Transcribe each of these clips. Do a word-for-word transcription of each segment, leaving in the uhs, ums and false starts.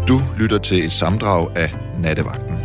Du lytter til et sammendrag af Nattevagten.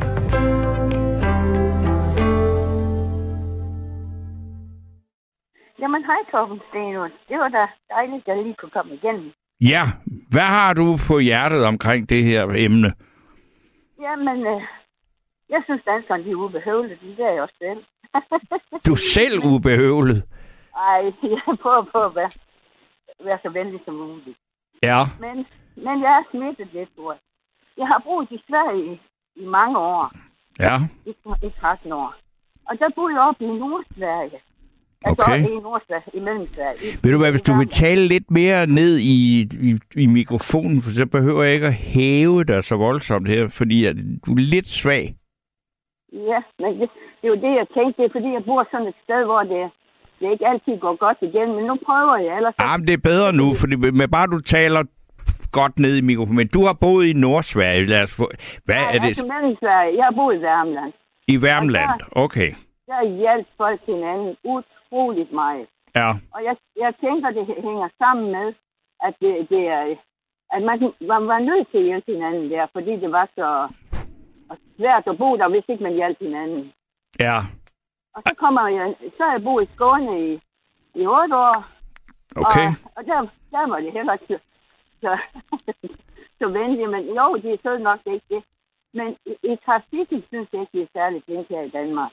Jamen, hej Torben Stenlund. Det var da dejligt, at jeg lige kunne komme igennem. Ja, hvad har du på hjertet omkring det her emne? Jamen, øh, jeg synes, danskerne de er ubehøvlet. Det er jeg også selv. Du er selv ubehøvlet? Ej, jeg prøver på at være, være så venlig som muligt. Ja. Men, men jeg er smittet lidt, tror jeg. Jeg har boet i Sverige i, i mange år. Ja. I, i tretten år. Og der boede jeg oppe i Nordsverige. Altså okay. i Nordsverige, i Mellemsverige. Ved du hvad, hvis du vil tale lidt mere ned i, i, i mikrofonen, for så behøver jeg ikke at hæve dig så voldsomt her, fordi du er lidt svag. Ja, men det, det er jo det, jeg tænkte. Det er, fordi jeg bor sådan et sted, hvor det, det ikke altid går godt igen. Men nu prøver jeg. Ellers... Ja, men det er bedre nu, fordi med bare du taler godt ned i mikrofonen. Men du har boet i Nordsverige. Lad os få... Hvad Nej, er det? altså Mellemsverige. Jeg har boet i Värmland. I Värmland, der, okay. Der hjalp folk hinanden utroligt meget. Ja. Og jeg, jeg tænker, det hænger sammen med, at, det, det er, at man, man var nødt til at hjælpe hinanden der, fordi det var så svært at bo der, hvis ikke man hjalp hinanden. Ja. Og så kommer jeg, så har jeg boet i Skåne i, i otte år. Okay. Og, og der, der var det heller ikke så, så venligt, men jo, det er så nok det ikke det. Men i, i trafikken synes jeg ikke, det er særligt flinke her i Danmark.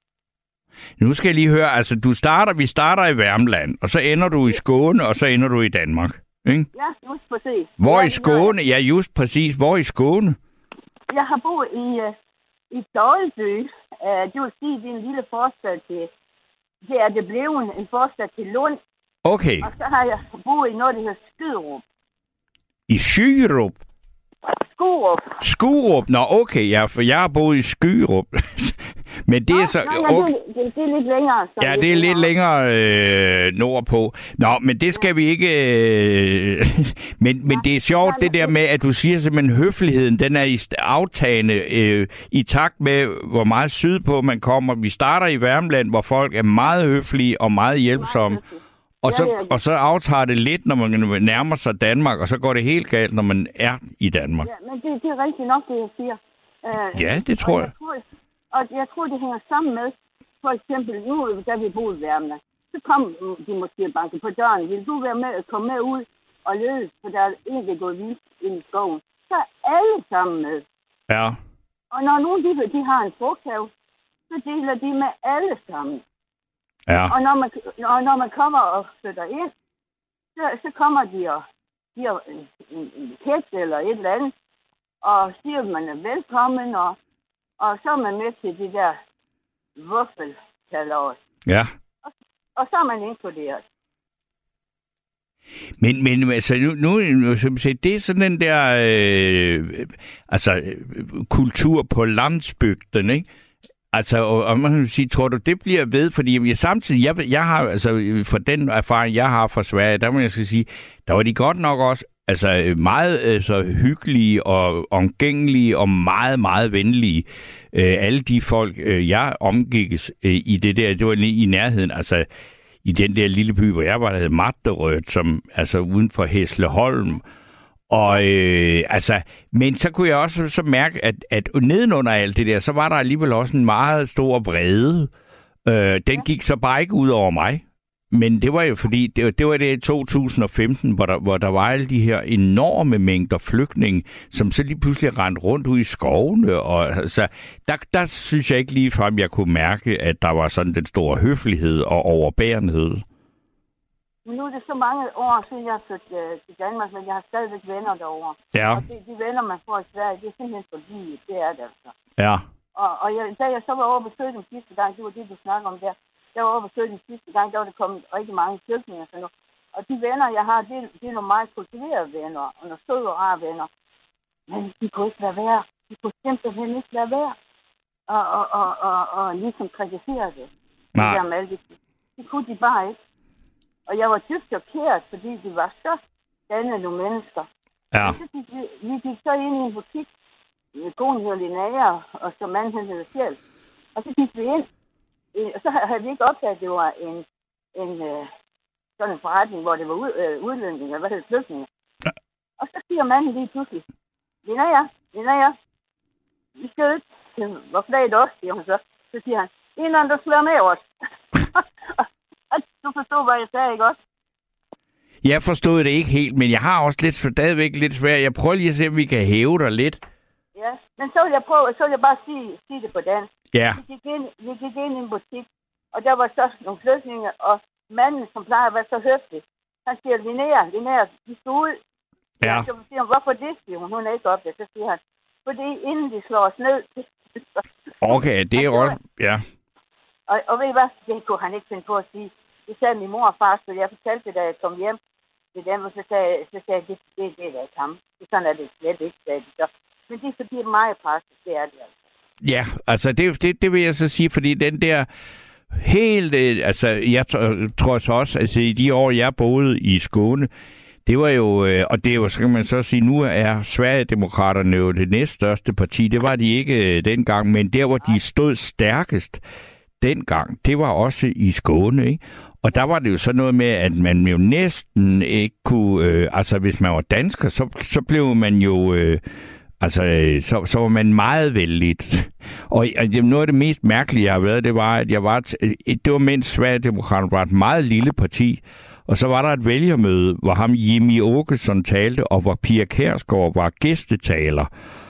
Nu skal jeg lige høre, altså du starter, vi starter i Värmland, og så ender du i Skåne, og så ender du i Danmark, ikke? Ja, just præcis. Hvor ja, i Skåne? Ja, just præcis. Hvor i Skåne? Jeg har boet i, uh, i Dolby. Uh, det vil sige, det er en lille forstad til, det er det blevet en forstad til Lund. Okay. Og så har jeg boet i noget, der hedder Skurup. I Skyrup? Skurup. Skurup? Nå, okay, ja, for jeg har boet i Skyrup. Men det Nå, er så... Nej, okay. det, det, det er lidt længere. Så ja, det er lidt længere øh, nordpå. Nå, men det skal vi ikke... Øh, men, men det er sjovt, det der med, at du siger simpelthen, høfligheden, den er i aftagende øh, i takt med, hvor meget sydpå man kommer. Vi starter i Värmland, hvor folk er meget høflige og meget hjælpsomme. Og så, og så aftager det lidt, når man nærmer sig Danmark, og så går det helt galt, når man er i Danmark. Ja, men det, det er rigtigt nok, det jeg siger. Uh, ja, det tror jeg. jeg tror, og jeg tror, det hænger sammen med, for eksempel nu, da vi boede i Värmland, så kom de måske banke på døren. Vil du være med at komme med ud og lede, for der er en, der går vildt ind i skoven. Så er alle sammen med. Ja. Og når nogen de, de har en frugthave, så deler de med alle sammen. Ja. Og når man, og når man kommer og flytter ind, så, så kommer de og giver en, en, en kæft eller et eller andet, og siger, at man er velkommen, og, og så er man med til det der vuffelkalor. Ja. Og, og så er man inkluderet. Men, men altså, nu, nu som siger, det er sådan den der øh, altså, kultur på landsbygden, ikke? Altså, og, og man kan sige, tror du, det bliver ved? Fordi jeg, samtidig, jeg, jeg har, altså, for den erfaring, jeg har fra Sverige, der må jeg skal sige, der var de godt nok også, altså, meget altså, hyggelige og omgængelige og meget, meget venlige. Øh, alle de folk, øh, jeg omgikkes øh, i det der, det var lige i nærheden, altså, i den der lille by, hvor jeg var, der hed Matterød, som, altså, uden for Hässleholm. Og øh, altså, men så kunne jeg også så mærke, at, at nedenunder alt det der, så var der alligevel også en meget stor vrede. Øh, den gik så bare ikke ud over mig. Men det var jo fordi, det var det, var det i to tusind og femten, hvor der, hvor der var alle de her enorme mængder flygtninge, som så lige pludselig rendte rundt ud i skovene. Og altså, der, der synes jeg ikke ligefrem, jeg kunne mærke, at der var sådan den store høflighed og overbærenhed. Men nu er det så mange år siden, jeg har flyttet øh, til Danmark, men jeg har stadigvæk venner derovre. Ja. Og de, de venner, man får i Sverige, det er simpelthen for livet. Det er det altså. Ja. Og, og jeg, da jeg så var over besøg den sidste gang, det var det, du snakker om der. Jeg var over besøg den sidste gang, der var det kommet rigtig mange flygtninge. Og, og de venner, jeg har, det, det er nogle meget kultiverede venner, og nogle søde og rare venner. Men de kunne ikke være værd. De kunne simpelthen ikke være værd. Og, og, og, og, og ligesom kritisere det. Nej. Det, det kunne de bare ikke. Og jeg var dybt chokeret, fordi de var så dannede nogle mennesker. Ja. Og så gik vi, vi gik så ind i en butik, konen hedder Linnea, og som mand han hedder Fjell. Og så gik vi ind, og så havde vi ikke opdaget, at det var en, en sådan en forretning, hvor det var ud, øh, udlændinge, hvad hedder flygtninge. Ja. Og så siger manden lige pludselig, Linnea, Linnea, vi skal ud. Hvor flaget også, siger hun så. Så siger han, inden du slår med os. Du forstod, hvad jeg sagde, ikke også? Jeg forstod det ikke helt, men jeg har også lidt, stadigvæk lidt svært. Jeg prøver lige at se, om vi kan hæve dig lidt. Ja, men så vil jeg prøve, så vil jeg bare sige, sige det på dansk. Ja. Vi gik, ind, vi gik ind i en butik, og der var så nogle flygtninge, og manden, som plejer at være så høflig, han siger, Linnea, Linnea, vi skal ud. Ja. Så siger hun, hvorfor det, siger hun, hun er ikke op det. Så siger han, fordi inden de slår os ned. Okay, det er også, ja. Og, og ved I hvad, det kunne han ikke finde på at sige. Det sagde min mor og far, så jeg fortalte det, da jeg kom hjem til dem, og så sagde, så sagde jeg, det, det, det er da ikke ham. Det, sådan er det slet ikke, sagde de så. Men det er fordi, det er meget praktisk, det er det altså. Ja, altså det, det, det vil jeg så sige, fordi den der helt, altså jeg tror så også, altså i de år, jeg boede i Skåne, det var jo, og det er jo, så kan man så sige, nu er Sverigedemokraterne jo det næststørste parti. Det var de ikke dengang, men der, hvor de stod stærkest dengang, det var også i Skåne, ikke? Og der var det jo så noget med, at man jo næsten ikke kunne, øh, altså hvis man var dansker, så, så blev man jo, øh, altså så, så var man meget vældigt. Og, og noget af det mest mærkelige, jeg har været, det var, at jeg var, det var mens Sverigedemokraterne var et meget lille parti, og så var der et vælgermøde, hvor ham Jimmy Åkesson talte, og hvor Pia Kjærsgaard var gæstetaler.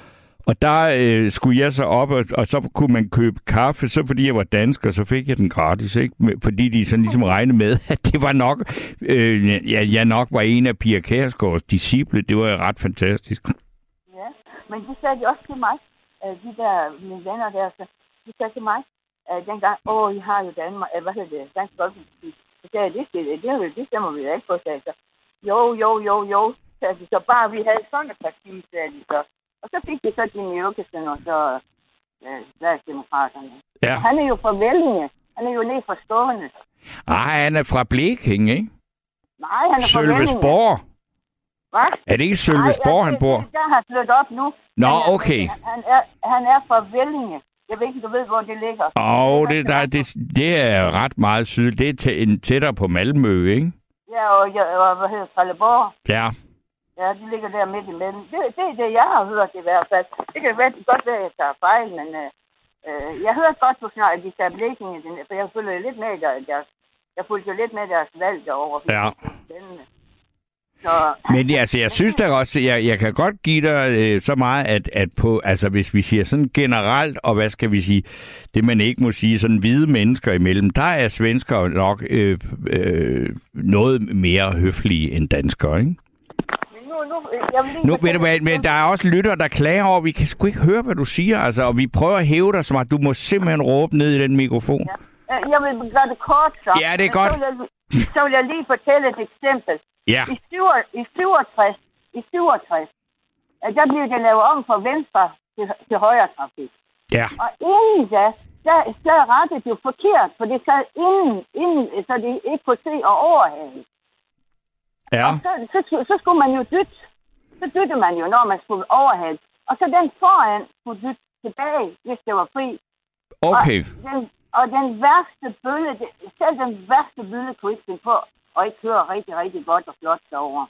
Og der øh, skulle jeg så op, og, og så kunne man købe kaffe, så fordi jeg var dansker, så fik jeg den gratis, ikke? Fordi de sådan ligesom regnede med, at det var nok, øh, ja, jeg nok var en af Pia Kjærsgaards disciple. Det var ret fantastisk. Ja, men det sagde de også til mig, de der mine venner der, så de sagde til mig, at dengang, åh, I har jo Danmark, hvad hedder det, Dansk Folkeparti. Så sagde jeg, det, det, det, det, det stemmer vi da ikke på, sagde så. Jo, jo, jo, jo, sagde de så, bare vi havde sådan et parti, sagde de så. Og så fik de så Jimmy Åkesson og så øh, Sverigedemokraterne. Ja. Han er jo fra Vellinge. Han er jo nede fra Skåne. Ah, han er fra Blekinge, ikke? Nej, han er fra Vellinge. Sølvesborg. Hvad? Er det ikke Sølvesborg, han bor? Nej, der har flyttet op nu. Nå, han er, okay. Han, han, er, han er fra Vellinge. Jeg ved ikke, du ved, hvor det ligger. Åh, oh, det, der, det, det er ret meget syd. Det er tæ- tættere på Malmø, ikke? Ja, og, og hvad hedder Trelleborg? Ja. Ja, de ligger der midt imellem. Det, det er det, jeg har hørt i hvert fald. Det kan være, det godt være, at jeg tager fejl, men øh, øh, jeg hørte godt på snart, at de tager Blekinge, for jeg følger lidt med deres, jeg fulgte lidt med deres valg derovre. Ja. Så... Men altså, jeg synes da også, jeg, jeg kan godt give dig øh, så meget, at, at på, altså hvis vi siger sådan generelt, og hvad skal vi sige, det man ikke må sige, sådan hvide mennesker imellem, der er svensker nok øh, øh, noget mere høflige end danskere, ikke? Nu, nu, jeg vil lige nu ved du hvad, men der er også lyttere, der klager over, vi kan sgu ikke høre, hvad du siger, altså, og vi prøver at hæve dig, som at du må simpelthen råbe ned i den mikrofon. Ja. Jeg vil gøre det kort, så. Ja, det er godt. Så vil, jeg, så vil jeg lige fortælle et eksempel. Ja. I, syvogtres, i syvogtres, der blev det lavet om fra venstre til, til højre trafik. Ja. Og inden da, der, der rettede det jo forkert, for det sad inden, inden, så de ikke kunne se og overhale. Ja. Og så, så, så skulle man jo dytte. Så dytte man jo, når man skulle overhale. Og så den foran skulle dytte tilbage, hvis det var fri. Okay. Og den, og den værste bølle, selv den værste bølle kunne ikke finde på, og ikke køre rigtig, rigtig godt og flot derovre.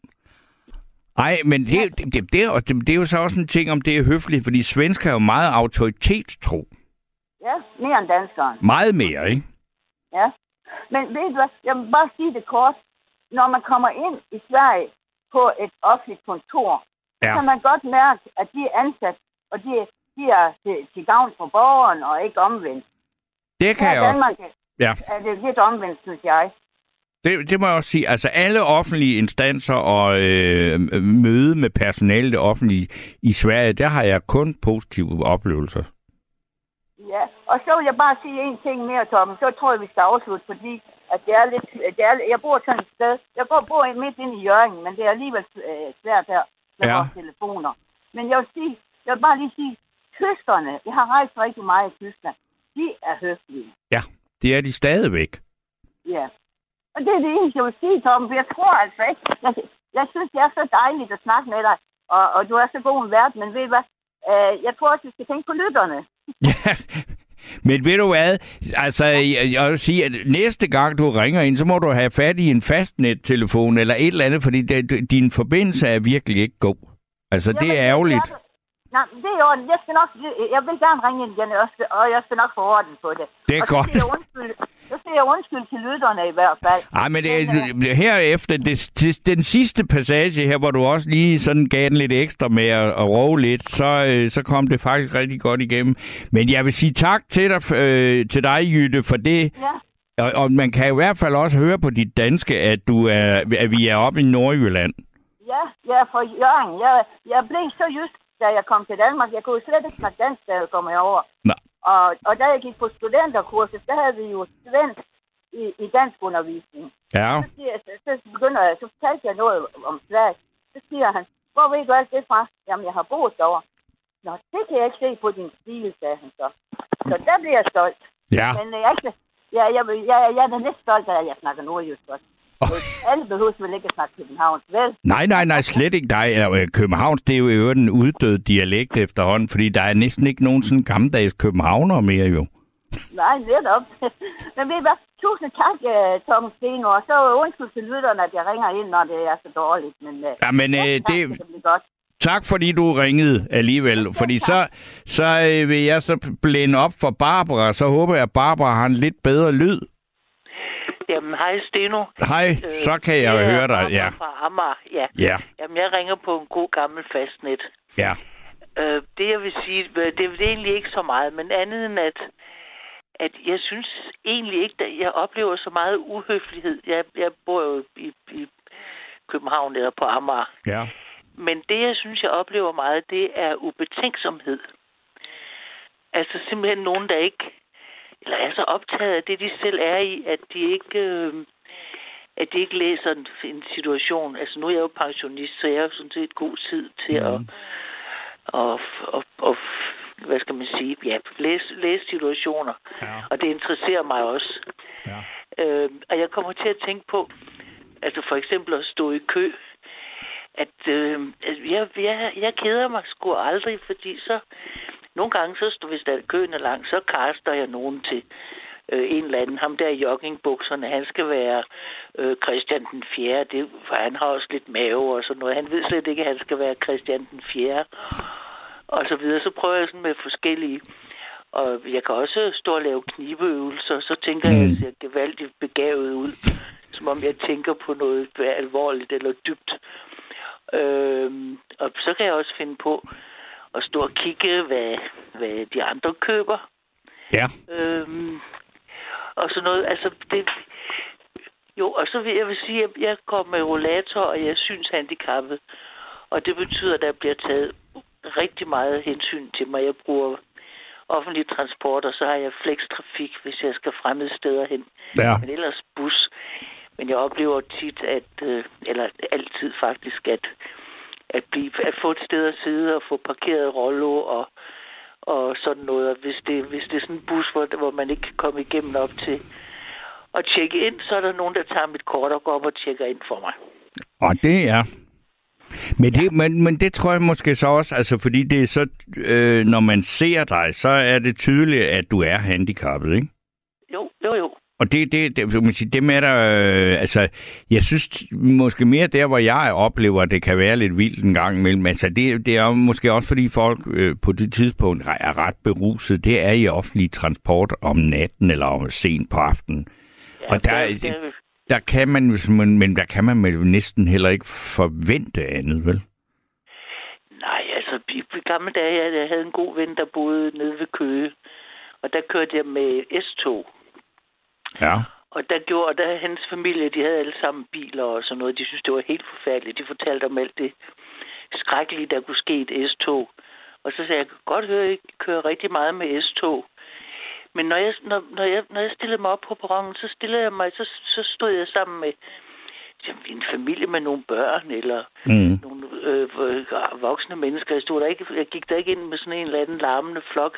Ej, men det, det, det, det, er, det, det er jo så også en ting, om det er høfligt, fordi svensker er jo meget autoritetstro. Ja, mere end danskeren. Meget mere, ikke? Ja. Men ved du hvad, jeg vil bare sige det kort. Når man kommer ind i Sverige på et offentligt kontor, ja. Så kan man godt mærke, at de er ansat, og de, de er til, til gavn for borgeren, og ikke omvendt. Det kan Her jeg Danmark, også. Ja. Er det lidt omvendt, synes jeg. Det, det må jeg også sige. Altså alle offentlige instanser og øh, møde med personale det offentlige i Sverige, der har jeg kun positive oplevelser. Ja, og så vil jeg bare sige en ting mere, Torben. Så tror jeg, vi skal afslutte, fordi at det er lidt... Det er, jeg bor sådan et sted. Jeg bor, bor midt inde i Hjørringen, men det er alligevel øh, svært her med ja. vores telefoner. Men jeg vil, sige, jeg vil bare lige sige, tyskerne, jeg har rejst rigtig meget i Tyskland, de er høflige. Ja, det er de stadigvæk. Ja. Og det er det eneste, jeg vil sige, Torben, for jeg tror altså ikke... Jeg, jeg synes, det er så dejligt at snakke med dig, og, og du er så god en vært, men ved du hvad? Øh, jeg tror også, vi skal tænke på lytterne. Ja, men ved du hvad? Altså, jeg, jeg vil sige, at næste gang du ringer ind, så må du have fat i en fastnet-telefon eller et eller andet, fordi det, din forbindelse er virkelig ikke god. Altså, det er Jamen, ærgerligt. Jeg, nej, det er orden. Jeg skal nok, jeg vil gerne ringe ind igen, og jeg skal nok få orden på det. Det er og så godt. siger jeg undskyld, så siger jeg undskyld til lytterne i hvert fald. Ej, men det, men herefter, det, den sidste passage her, hvor du også lige sådan gav den lidt ekstra med at, at råbe lidt, så, så kom det faktisk rigtig godt igennem. Men jeg vil sige tak til dig, øh, til dig Jytte, for det. Ja. Og, og man kan i hvert fald også høre på dit danske, at, du er, at vi er oppe i Nordjylland. Ja, jeg er fra Jørgen. Jeg, jeg blev så jysk, da jeg kom til Danmark. Jeg kunne slet ikke snakke dansk, da jeg kom herover. Nej. Og, og da jeg gik på studenterkurset, der havde vi jo svensk i, i dansk undervisning. Ja. Så, siger, så, så begynder jeg, så fortalte jeg noget om Sverige. Så siger han, hvor ved du alt det fra? Jamen, jeg har boet derovre. Nå, det kan jeg ikke se på din stil, sagde han så. Så der bliver jeg stolt. Ja. Men jeg, er ikke, jeg, jeg, jeg, jeg er da lidt stolt af, at jeg snakker nordjysk også. Oh. Alle behøver vel ikke at snakke Københavns, vel? Nej, nej, nej, slet ikke dig. Københavns, det er jo i øvrigt en uddød dialekt efterhånden, fordi der er næsten ikke nogen sådan gammeldags københavner mere jo. Nej, netop. Men ved I hvad? Tusind tak, Tom Steno, og så undskyld til lytterne, at jeg ringer ind, når det er så dårligt. Men, ja, men ja, øh, tak, det... det bliver godt. Tak, fordi du ringede alligevel. Fordi så, så øh, vil jeg så blænde op for Barbara, så håber jeg, at Barbara har en lidt bedre lyd. Jamen, hej Steno. Hej, øh, så kan jeg jeg høre dig. Ja. Fra Amager, ja. Ja. Jamen, jeg ringer på en god gammel fastnet. Ja. Øh, det jeg vil sige, det er egentlig ikke så meget, men andet end at, at jeg synes egentlig ikke, at jeg oplever så meget uhøflighed. Jeg, jeg bor jo i, i København eller på Amager. Ja. Men det, jeg synes, jeg oplever meget, det er ubetænksomhed. Altså simpelthen nogen, der ikke eller er så optaget af det, de selv er i, at de ikke, øh, at de ikke læser en, en situation. Altså nu er jeg jo pensionist, så jeg har sådan set god tid til mm. at og, og, og, hvad skal man sige, ja, læse, læse situationer. Ja. Og det interesserer mig også. Ja. Øh, og jeg kommer til at tænke på, altså for eksempel at stå i kø, at øh, jeg, jeg, jeg keder mig sgu aldrig, fordi så nogle gange, så hvis der køen er lang, så kaster jeg nogen til øh, en eller anden. Ham der i joggingbukserne, han skal være øh, Christian den fjerde. Det, for han har også lidt mave og sådan noget. Han ved slet ikke, at han skal være Christian den fjerde. Og så videre. Så prøver jeg sådan med forskellige. Og jeg kan også stå og lave knibeøvelser. Så tænker mm. jeg, at jeg ser gevaldigt begavet ud. Som om jeg tænker på noget alvorligt eller dybt. Øh, og så kan jeg også finde på og stå og kigge, hvad, hvad de andre køber. Ja. Øhm, og sådan noget. Altså, det... Jo, og så vil jeg vil sige, at jeg går med rollator, og jeg synes handicappet. Og det betyder, at der bliver taget rigtig meget hensyn til mig. Jeg bruger offentlig transport, og så har jeg flextrafik, hvis jeg skal fremmede steder hen. Ja. Men ellers bus. Men jeg oplever tit, at, eller altid faktisk, at At, blive, at få et sted at sidde og få parkeret Rollo og, og sådan noget. Og hvis det, hvis det er sådan en bus, hvor, hvor man ikke kan komme igennem op til at tjekke ind, så er der nogen, der tager mit kort og går op og tjekker ind for mig. Og det er... Men det, ja. men, men det tror jeg måske så også, altså fordi det er så, øh, når man ser dig, så er det tydeligt, at du er handicappet, ikke? Jo, jo, jo. Og det, det, det, man sige, det med der, øh, altså, jeg synes måske mere der, hvor jeg oplever, at det kan være lidt vildt en gang imellem. Altså, det, det er måske også, fordi folk øh, på det tidspunkt er ret beruset. Det er i offentlig transport om natten eller om sent på aftenen. Ja, og der, det, det, der kan man, men der kan man næsten heller ikke forvente andet, vel? Nej, altså, i, i gamle dage, jeg, jeg havde en god ven, der boede nede ved Køge. Og der kørte jeg med S-tog. Ja. Og der gjorde, der hans familie, de havde alle sammen biler og sådan noget. De synes det var helt forfærdeligt. De fortalte om alt det skrækkelige, der kunne ske i et S-tog. Og så sagde jeg, jeg kan godt høre, at I kører rigtig meget med S-tog. Men når jeg, når, når jeg, når jeg stillede mig op på perronen, så stillede jeg mig, så, så stod jeg sammen med en familie med nogle børn, eller mm. nogle øh, voksne mennesker. Jeg, stod der ikke, jeg gik der ikke ind med sådan en eller anden larmende flok.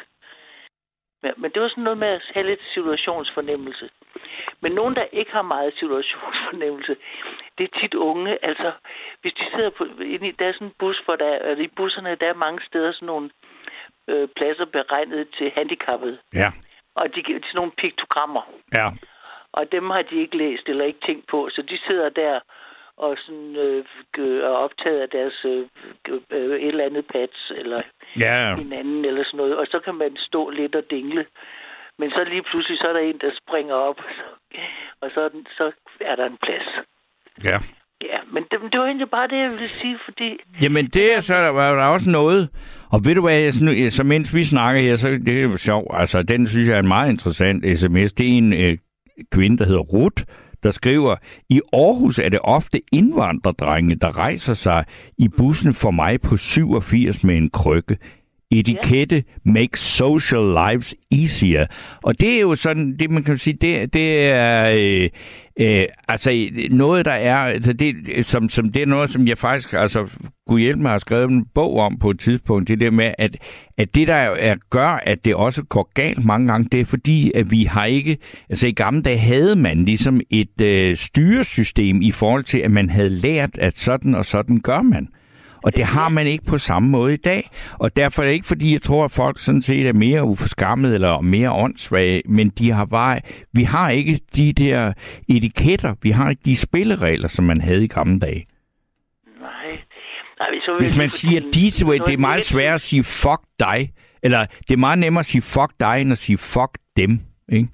Men det var sådan noget med at have lidt situationsfornemmelse. Men nogen, der ikke har meget situationsfornemmelse, det er tit unge. Altså, hvis de sidder på... Der er sådan en bus, hvor der er... I busserne, der er mange steder sådan nogle øh, pladser beregnet til handicappede. Ja. Og de giver sådan nogle piktogrammer. Ja. Og dem har de ikke læst eller ikke tænkt på. Så de sidder der og sådan øh, er optaget af deres øh, øh, et eller andet pads, eller ja. hinanden, eller sådan noget. Og så kan man stå lidt og dingle. Men så lige pludselig, så er der en, der springer op, og så, så er der en plads. Ja. Ja, men det, det var egentlig bare det, jeg ville sige, fordi... Jamen, det er så der var der også noget. Og ved du hvad, så, så mens vi snakker her, så det er jo sjovt. Altså, den synes jeg er en meget interessant sms. Det er en øh, kvinde, der hedder Ruth, der skriver, i Aarhus er det ofte indvandrerdrenge, der rejser sig i bussen for mig på syvogfirs med en krykke. Etikette makes social lives easier. Og det er jo sådan, det man kan sige, det, det er øh, øh, altså noget, der er, altså det, som, som, det er noget, som jeg faktisk, altså kunne hjælpe mig at skrive en bog om på et tidspunkt, det der med, at, at det der er, gør, at det også går galt mange gange, det er fordi, at vi har ikke, altså i gamle dage havde man ligesom et øh, styresystem i forhold til, at man havde lært, at sådan og sådan gør man. Og det har man ikke på samme måde i dag. Og derfor er det ikke, fordi jeg tror, at folk sådan set er mere uforskammet eller mere åndssvage, men de har bare, vi har ikke de der etiketter, vi har ikke de spilleregler, som man havde i gamle dage. Nej. Nej, så hvis man siger this way, det er meget svært at sige fuck dig, eller det er meget nemmere at sige fuck dig, end at sige fuck dem, ikke?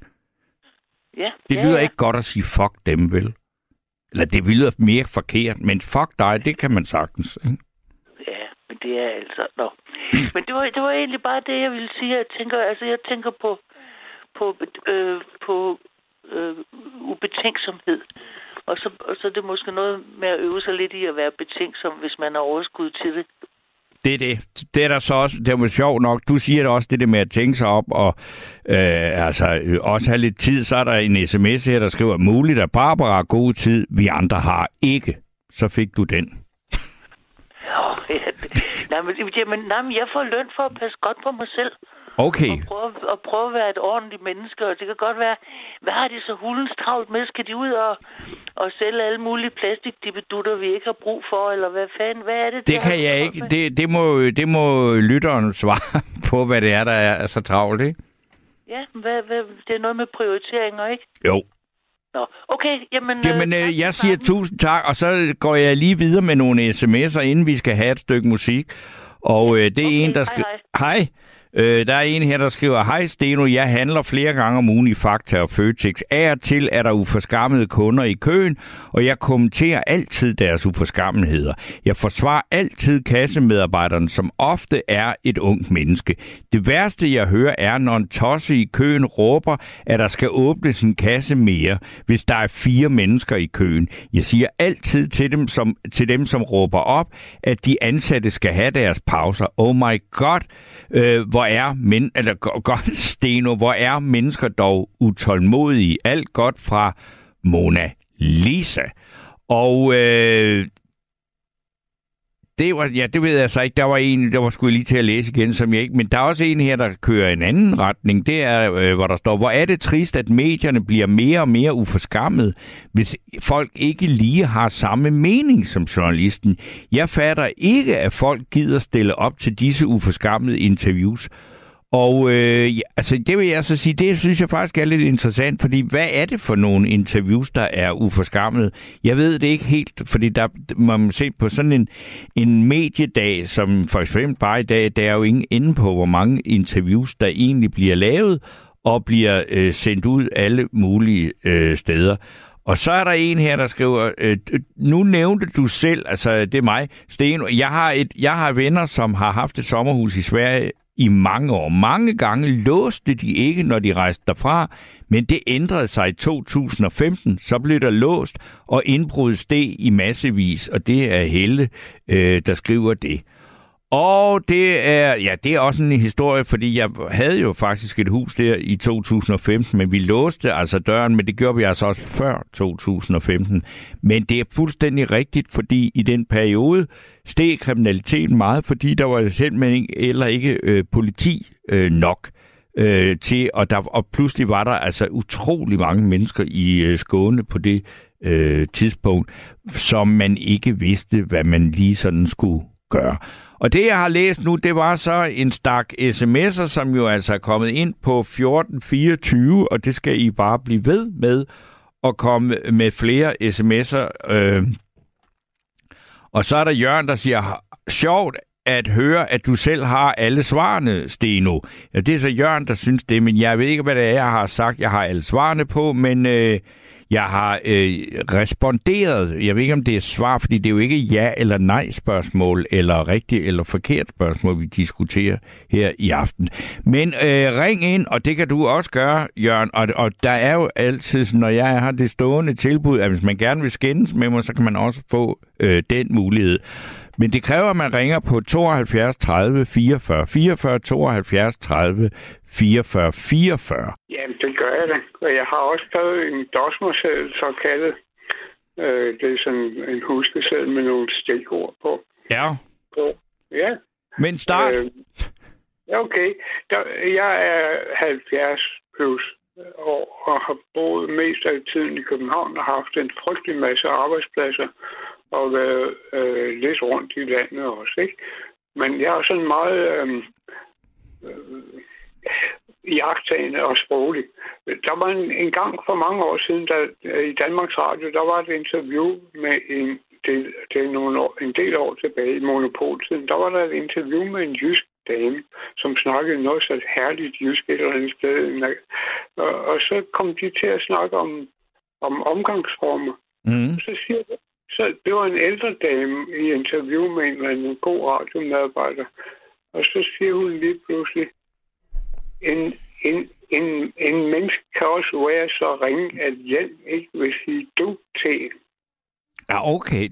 Ja. Det lyder ja, ja. ikke godt at sige fuck dem, vel? Eller det lyder mere forkert, men fuck dig, det kan man sagtens, ikke? Det er altså... Nå. Men det var, det var egentlig bare det, jeg ville sige. Jeg tænker, altså, jeg tænker på, på, øh, på øh, ubetænksomhed. Og så, og så er det måske noget med at øve sig lidt i at være betænksom, hvis man har overskud til det. Det er det. Det er der så også, det er jo sjovt nok. Du siger det også, det der med at tænke sig op og øh, altså øh, også have lidt tid. Så er der en sms her, der skriver, muligt at Barbara har god tid, vi andre har ikke. Så fik du den. Oh, ja. nej, men, jamen, nej, men jeg får løn for at passe godt på mig selv. Okay. Og prøve, og prøve at være et ordentligt menneske. Og det kan godt være, hvad har de så hulens travlt med? Skal de ud og, og sælge alle mulige plastikdippedutter, vi ikke har brug for? Eller hvad fanden? Hvad er det? Det kan jeg ikke. Det, det, må, det må lytteren svare på, hvad det er, der er så travlt, ikke? Ja, hvad, hvad, det er noget med prioriteringer, ikke? Jo. Nå, okay, jamen... Jamen, øh, jeg siger tusind tak, og så går jeg lige videre med nogle sms'er, inden vi skal have et stykke musik. Og øh, det er okay, en, der skriver... Hej, hej. Øh, der er en her, der skriver, hej Steno, jeg handler flere gange om ugen i Fakta og Føtex. Af og til er der uforskammede kunder i køen, og jeg kommenterer altid deres uforskammenheder. Jeg forsvarer altid kassemedarbejderen, som ofte er et ungt menneske. Det værste, jeg hører, er, når en tosse i køen råber, at der skal åbnes en kasse mere, hvis der er fire mennesker i køen. Jeg siger altid til dem, som, til dem, som råber op, at de ansatte skal have deres pauser. Oh my god, øh, hvor er men eller godt Steno, hvor er mennesker dog utålmodige. Alt godt fra Mona Lisa. Og øh, det var, ja, det ved jeg så ikke. Der var en, der var skulle jeg lige til at læse igen, som jeg ikke, men der er også en her, der kører en anden retning. Det er, øh, hvor der står, hvor er det trist, at medierne bliver mere og mere uforskammet, hvis folk ikke lige har samme mening som journalisten. Jeg fatter ikke, at folk gider stille op til disse uforskammede interviews. Og øh, ja, altså det vil jeg så sige, det synes jeg faktisk er lidt interessant, fordi hvad er det for nogle interviews, der er uforskammet? Jeg ved det ikke helt, fordi der man må se på sådan en, en mediedag, som for eksempel bare i dag, der er jo ingen ende på, hvor mange interviews, der egentlig bliver lavet og bliver øh, sendt ud alle mulige øh, steder. Og så er der en her, der skriver, øh, nu nævnte du selv, altså det er mig, Sten, jeg har, et, jeg har venner, som har haft et sommerhus i Sverige i mange år. Mange gange låste de ikke, når de rejste derfra, men det ændrede sig i to tusind og femten. Så blev der låst, og indbruddet steg i massevis, og det er Helle, øh, der skriver det. Og det er, ja, det er også en historie, fordi jeg havde jo faktisk et hus der i to tusind og femten, men vi låste altså døren, men det gjorde vi altså også før to tusind og femten. Men det er fuldstændig rigtigt, fordi i den periode steg kriminaliteten meget, fordi der var simpelthen eller ikke øh, politi øh, nok øh, til, og, der, og pludselig var der altså utrolig mange mennesker i øh, Skåne på det øh, tidspunkt, som man ikke vidste, hvad man lige sådan skulle gøre. Og det, jeg har læst nu, det var så en stak sms'er, som jo altså er kommet ind på fjorten fireogtyve, og det skal I bare blive ved med at komme med flere sms'er. Øh, Og så er der Jørgen, der siger, sjovt at høre, at du selv har alle svarene, Steno. Ja, det er så Jørgen, der synes det, men jeg ved ikke, hvad det er, jeg har sagt. Jeg har alle svarene på, men øh, jeg har øh, responderet. Jeg ved ikke, om det er svar, fordi det er jo ikke ja- eller nej-spørgsmål, eller rigtigt eller forkert spørgsmål, vi diskuterer her i aften. Men øh, ring ind, og det kan du også gøre, Jørgen. Og, og der er jo altid, når jeg har det stående tilbud, at hvis man gerne vil skændes med mig, så kan man også få øh, den mulighed. Men det kræver, at man ringer på tooghalvfjerds tredive fireogfyrre fireogfyrre, tooghalvfjerds tredive fireogfyrre fireogfyrre. Jamen, det gør jeg da. Og jeg har også skrevet en dosmerseddel, så kaldet. Øh, det er sådan en huskeseddel med nogle stikord på. Ja. På. Ja. Men start. Øh, okay. Der, jeg er halvfjerds plus år og har boet mest af tiden i København og har haft en frygtelig masse arbejdspladser og været øh, lidt rundt i landet også, ikke? Men jeg er sådan meget øh, øh, iagttagende og sproglig. Der var en, en gang for mange år siden, der, i Danmarks Radio, der var et interview med en del, det er nogle år, en del år tilbage i monopoltiden. Der var der et interview med en jysk dame, som snakkede noget så herligt jysk et eller andet sted. Og, og så kom de til at snakke om, om omgangsformer. Mm. Så siger jeg, Så det var en ældre dame i interview med en eller anden god radiomedarbejder. Og så siger hun lige pludselig, en, en, en, en menneske kan også være så ringe, at hjælp ikke vil sige du til. Ja, okay.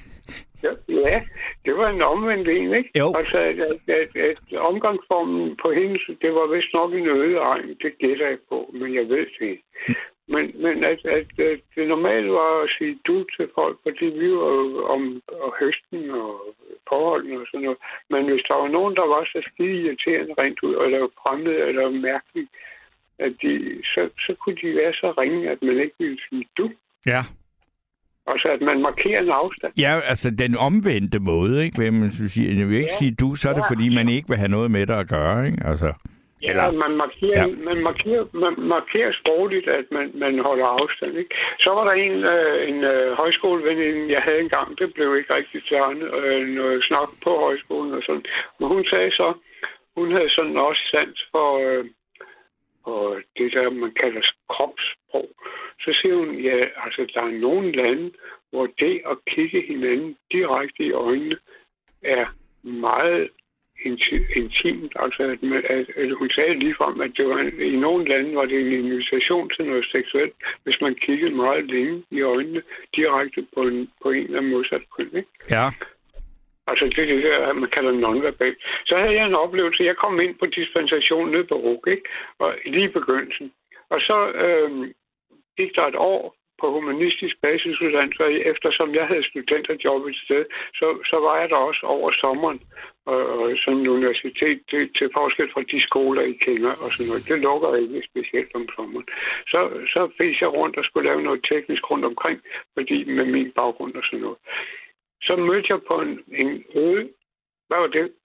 Ja, det var en omvendt en, ikke? Jo. Altså, at, at, at omgangsformen på hendes, det var vist nok en ødeegn, det gætter jeg på, men jeg ved det ikke. Men, men at, at, at det normale var at sige du til folk, fordi vi var om og høsten og forholdene og sådan noget. Men hvis der var nogen, der var så skide irriterende rent ud, eller fremmede, eller mærkelige, at de, så, så kunne de være så ringe, at man ikke ville sige du. Ja. Altså, at man markerer en afstand. Ja, altså den omvendte måde, ikke? Hvem man siger, jeg vil ikke ja. sige du, så er det, ja. fordi man ikke vil have noget med dig at gøre, ikke? Altså... Ja, Eller, man markerer, ja. man markerer, man markerer sprogligt, at man, man holder afstand, ikke? Så var der en, øh, en øh, højskoleveninde, jeg havde engang, det blev ikke rigtig til øh, noget snak på højskolen og sådan. Men hun sagde så, hun havde sådan også sans for, øh, for det der, man kalder kropssprog. Så siger hun, ja, altså der er nogle lande, hvor det at kigge hinanden direkte i øjnene er meget intimt, altså at, man, at, at hun sagde ligefrem, at det var en, i nogle lande var det en invitation til noget seksuelt, hvis man kiggede meget længe i øjnene, direkte på en, på en eller anden modsat køn, ikke? Ja. Altså det er det der, man kalder nonverbal. Så havde jeg en oplevelse, jeg kom ind på dispensation nede på R U G, ikke? Og lige i begyndelsen. Og så øh, gik der et år på humanistisk basisuddannelse, og eftersom jeg havde studenterjob et sted, så, så var jeg der også over sommeren, og, og sådan en universitet, det, til forskel fra de skoler, I kender, og sådan noget. Det lukker ikke specielt om sommeren. Så, så fik jeg rundt og skulle lave noget teknisk rundt omkring, fordi med min baggrund og sådan noget. Så mødte jeg på en, en øde. Hvad var det?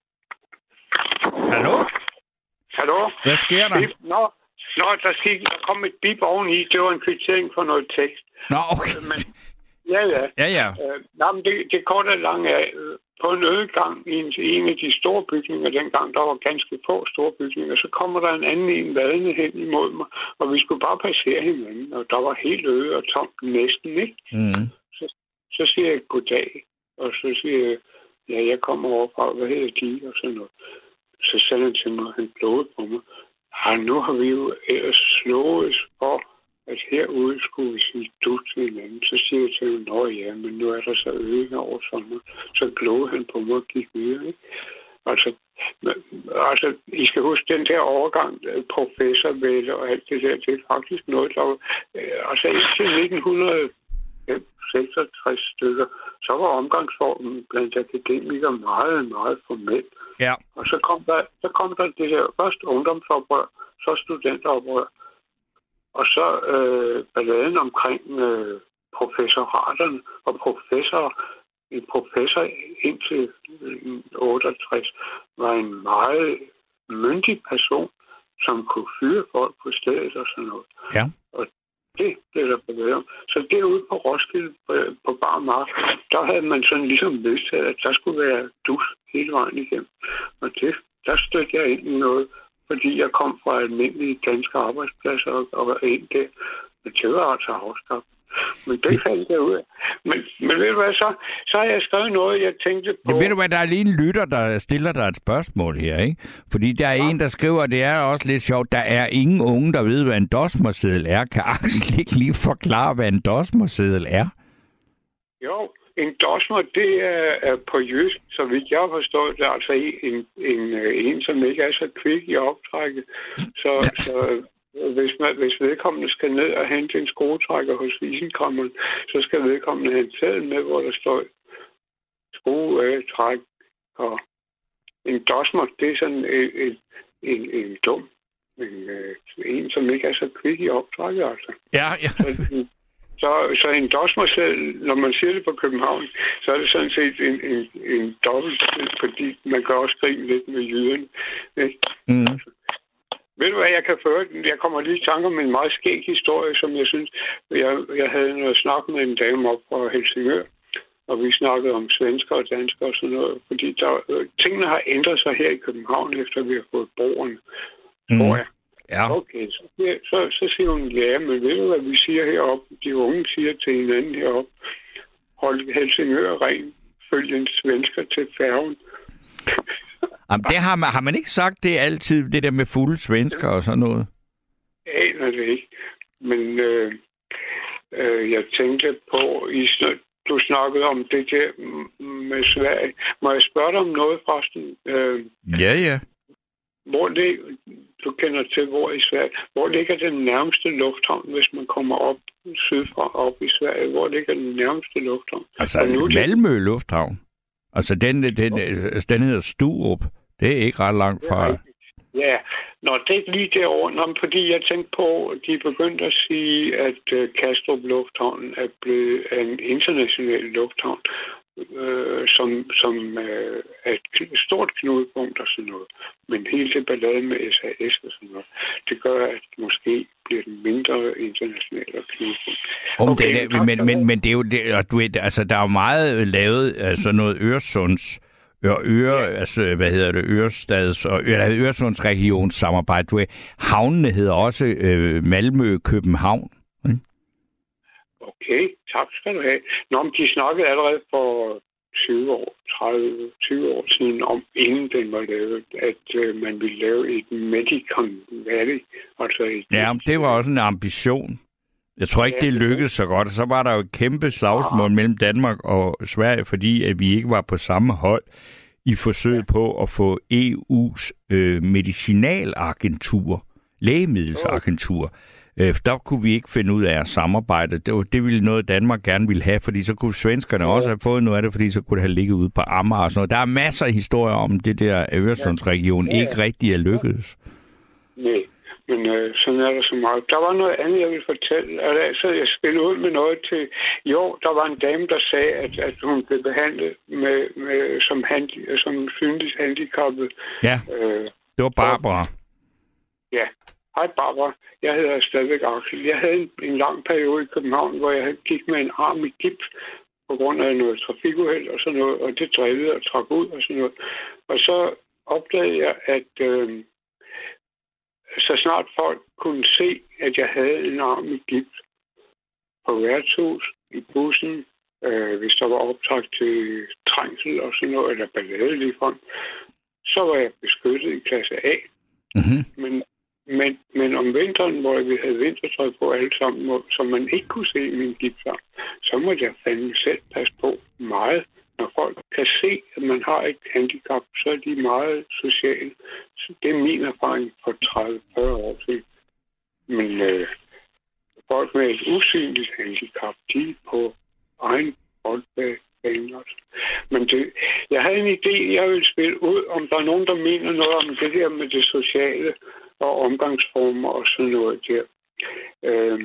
Hallo? Hallo? Hvad sker der? Nå, Nå, der, skik, der kom et bip oveni. Det var en kvittering for noget tekst. Nå, okay. Men, ja, ja. Ja, ja. Øh, jamen, det, det korte og lange af. På en ødegang i en, en af de store bygninger, dengang der var ganske få store bygninger, så kommer der en anden en vadende hen imod mig, og vi skulle bare passere hinanden, og der var helt øde og tomt næsten, ikke? Mm. Så, så siger jeg goddag, og så siger jeg, ja, jeg kommer overfra, hvad hedder de, og sådan noget. Så sender han til mig, han blåede på mig. Ja, nu har vi jo ellers slået for, at herude skulle vi sige du til hinanden. Så siger jeg til ham, nå ja, men nu er der så øget over sommer. Så glåede han på mig og gik videre, ikke? Altså, altså, I skal huske, den der overgang, professorvælde og alt det der, det er faktisk noget, der var, altså indtil nitten seksogtres stykker, så var omgangsformen blandt akademikere meget, meget formel. Ja. Og så kom der, så kom der det der først ungdomsoprør, så studenteroprør, og så øh, balladen omkring øh, professoraterne og professor, en professor indtil otteogtres var en meget myndig person, som kunne fyre folk på stedet og sådan noget. Ja. Og det blev der forbedret. Så derude på Roskilde, på, på Bar Mark, der havde man sådan ligesom vedtaget, at der skulle være dus hele vejen igennem. Og det, der stødte jeg ind i noget, fordi jeg kom fra almindelige danske arbejdspladser og, og var ind der. Men det var altså afskaffet. Men det fandt jeg ud af. Men, men ved du hvad, så, så har jeg skrevet noget, jeg tænkte på... Ja, ved du hvad, der er lige en lytter, der stiller dig et spørgsmål her, ikke? Fordi der er ja. en, der skriver, og det er også lidt sjovt, der er ingen unge, der ved, hvad en dosmerseddel er. Kan Axel ikke lige forklare, hvad en dosmerseddel er? Jo, en dosmer, det er, er på jysk, så vidt jeg har forstået, det er altså en, en, en, en som ikke er så kvik i optrækket. Så... så Hvis, man, hvis vedkommende skal ned og hente en skruetrækker hos isenkrammeren, så skal vedkommende have en seddel med, hvor der står skruetræk. Og en dosmer, det er sådan en, en, en, en dum, en, en, som ikke er så kvik i optrækket, altså. Ja, ja. Så, så, så en dosmerseddel, når man siger det på København, så er det sådan set en, en, en dobbelt, fordi man kan også grine lidt med jyderne, ikke? Mm. Ved du hvad, jeg kan føre den? Jeg kommer lige i tanke om en meget skæg historie, som jeg synes, jeg, jeg havde noget snak med en dame op fra Helsingør, og vi snakkede om svensker og danskere og sådan noget, fordi der, tingene har ændret sig her i København, efter vi har fået broerne, mm. tror jeg. Ja. Okay, så, så, så siger hun, ja, men ved du hvad vi siger heroppe? De unge siger til hinanden heroppe, hold Helsingør ren, følg en svensker til færgen. Jamen, det har man, har man ikke sagt det altid, det der med fulde svensker og sådan noget? Jeg aner det ikke. Men øh, øh, jeg tænkte på, I, du snakkede om det der med Sverige. Må jeg spørge dig om noget, forresten? Øh, ja, ja. Hvor det, du kender til, hvor i Sverige, hvor ligger den nærmeste lufthavn, hvis man kommer op sydfra op i Sverige? Hvor ligger den nærmeste lufthavn? Altså nu, Malmø det... Lufthavn? Altså den, den, den hedder Sturup. Det er ikke ret langt fra... Ja, nå, det er lige derovre. Nå, fordi jeg tænkte på, at de begyndte at sige, at uh, Kastrup Lufthavn er blevet en international lufthavn, øh, som, som øh, er et stort knudepunkt og sådan noget. Men hele det ballade med S A S og sådan noget, det gør, at måske bliver den mindre internationale knudepunkt. Okay, det, det, men, men, men det er jo det, og du ved, altså der er jo meget lavet, altså noget Øresunds Øre, øre ja. altså, hvad hedder det, Ørestads og eller Øresundsregions samarbejde. Du ved, havnene hedder også øh, Malmø, København. Mm. Okay, tak skal du have. Nå, men de snakkede allerede for tyve år, tredive, tyve år siden om, inden den var lavet, at øh, man ville lave et Medicon Valley. Altså et, ja, det var også en ambition. Jeg tror ikke, ja, det lykkedes så godt. Og så var der jo et kæmpe slagsmål ah. mellem Danmark og Sverige, fordi at vi ikke var på samme hold i forsøget ja. på at få E U's øh, medicinalagentur, lægemiddelsagentur. Oh. Øh, der kunne vi ikke finde ud af at samarbejde. Det, var, det ville noget, Danmark gerne ville have, fordi så kunne svenskerne oh. også have fået noget af det, fordi så kunne det have ligget ude på Amager og sådan noget. Der er masser af historier om det der Øresundsregion ja. ikke rigtig er lykkedes. Nej. Men øh, sådan er der så meget. Der var noget andet, jeg ville fortælle. Altså, jeg spillede ud med noget til... Jo, der var en dame, der sagde, at, at hun blev behandlet med, med, som, handi, som synligt handicappet. Ja, øh, det var Barbara. Så, ja. Hej Barbara. Jeg hedder stadigvæk Axel. Jeg havde en, en lang periode i København, hvor jeg gik med en arm i gips på grund af noget trafikuheld og sådan noget, og det drillede og trak ud og sådan noget. Og så opdagede jeg, at... Øh, så snart folk kunne se, at jeg havde en arm i gips på værtshus, i bussen, øh, hvis der var optræk til trængsel og sådan noget, eller ballade ligefrem, så var jeg beskyttet i klasse A. Mm-hmm. Men, men, men om vinteren, hvor vi havde vintertøj på alle sammen, så man ikke kunne se min gipsarm, så måtte jeg fandme selv passe på meget. Når folk kan se, at man har et handicap, så er de meget sociale. Så det er min erfaring for tredive til fyrre år siden. Men øh, folk med et usynligt handicap, de er på egen boldbane også. Men det, jeg havde en idé, jeg ville spille ud, om der er nogen, der mener noget om det der med det sociale og omgangsformer og sådan noget der. Øh,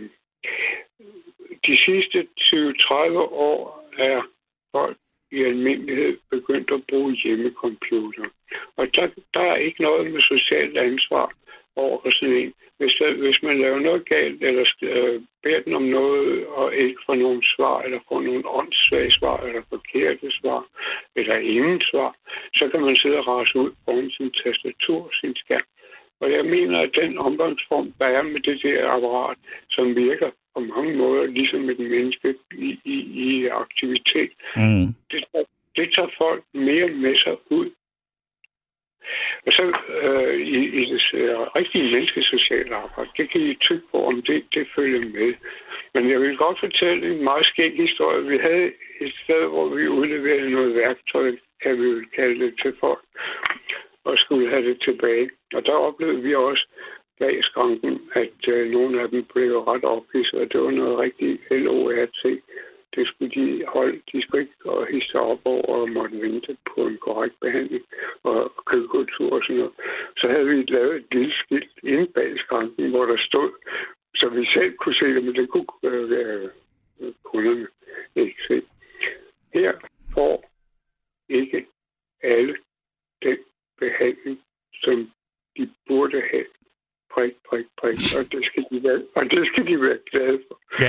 de sidste tyve til tredive år er folk i almindelighed begyndt at bruge hjemmecomputer. Og der, der er ikke noget med socialt ansvar over hos en. Hvis, der, hvis man laver noget galt, eller øh, beder den om noget, og ikke får nogen svar, eller får nogle åndssvage svar, eller forkerte svar, eller ingen svar, så kan man sidde og rase ud foran sin tastatur, sin skærm. Og jeg mener, at den omgangsform, der er med det der apparat, som virker på mange måder, ligesom et menneske i, i, i aktivitet, mm. det, det tager folk mere med sig ud. Og så øh, i, i det uh, rigtige menneskesociale arbejde, det kan I tykke på, om det, det følger med. Men jeg vil godt fortælle en meget skæg historie. Vi havde et sted, hvor vi udleverede noget værktøj, kan vi vel kalde det, til folk, og skulle have det tilbage. Og der oplevede vi også bag skranken, at øh, nogle af dem blev ret ophidset, og det var noget rigtig L O R T. Det skulle de holde. De skulle ikke og hisse sig op over og måtte vente på en korrekt behandling og køkultur og sådan noget. Så havde vi lavet et lille skilt inde bag skranken, hvor der stod, så vi selv kunne se det, men det kunne øh, være kunderne ikke se. Her får ikke alle den behandling, som de burde have. Prik, prik, prik, og det skal de være, og det skal de være glade for. Ja.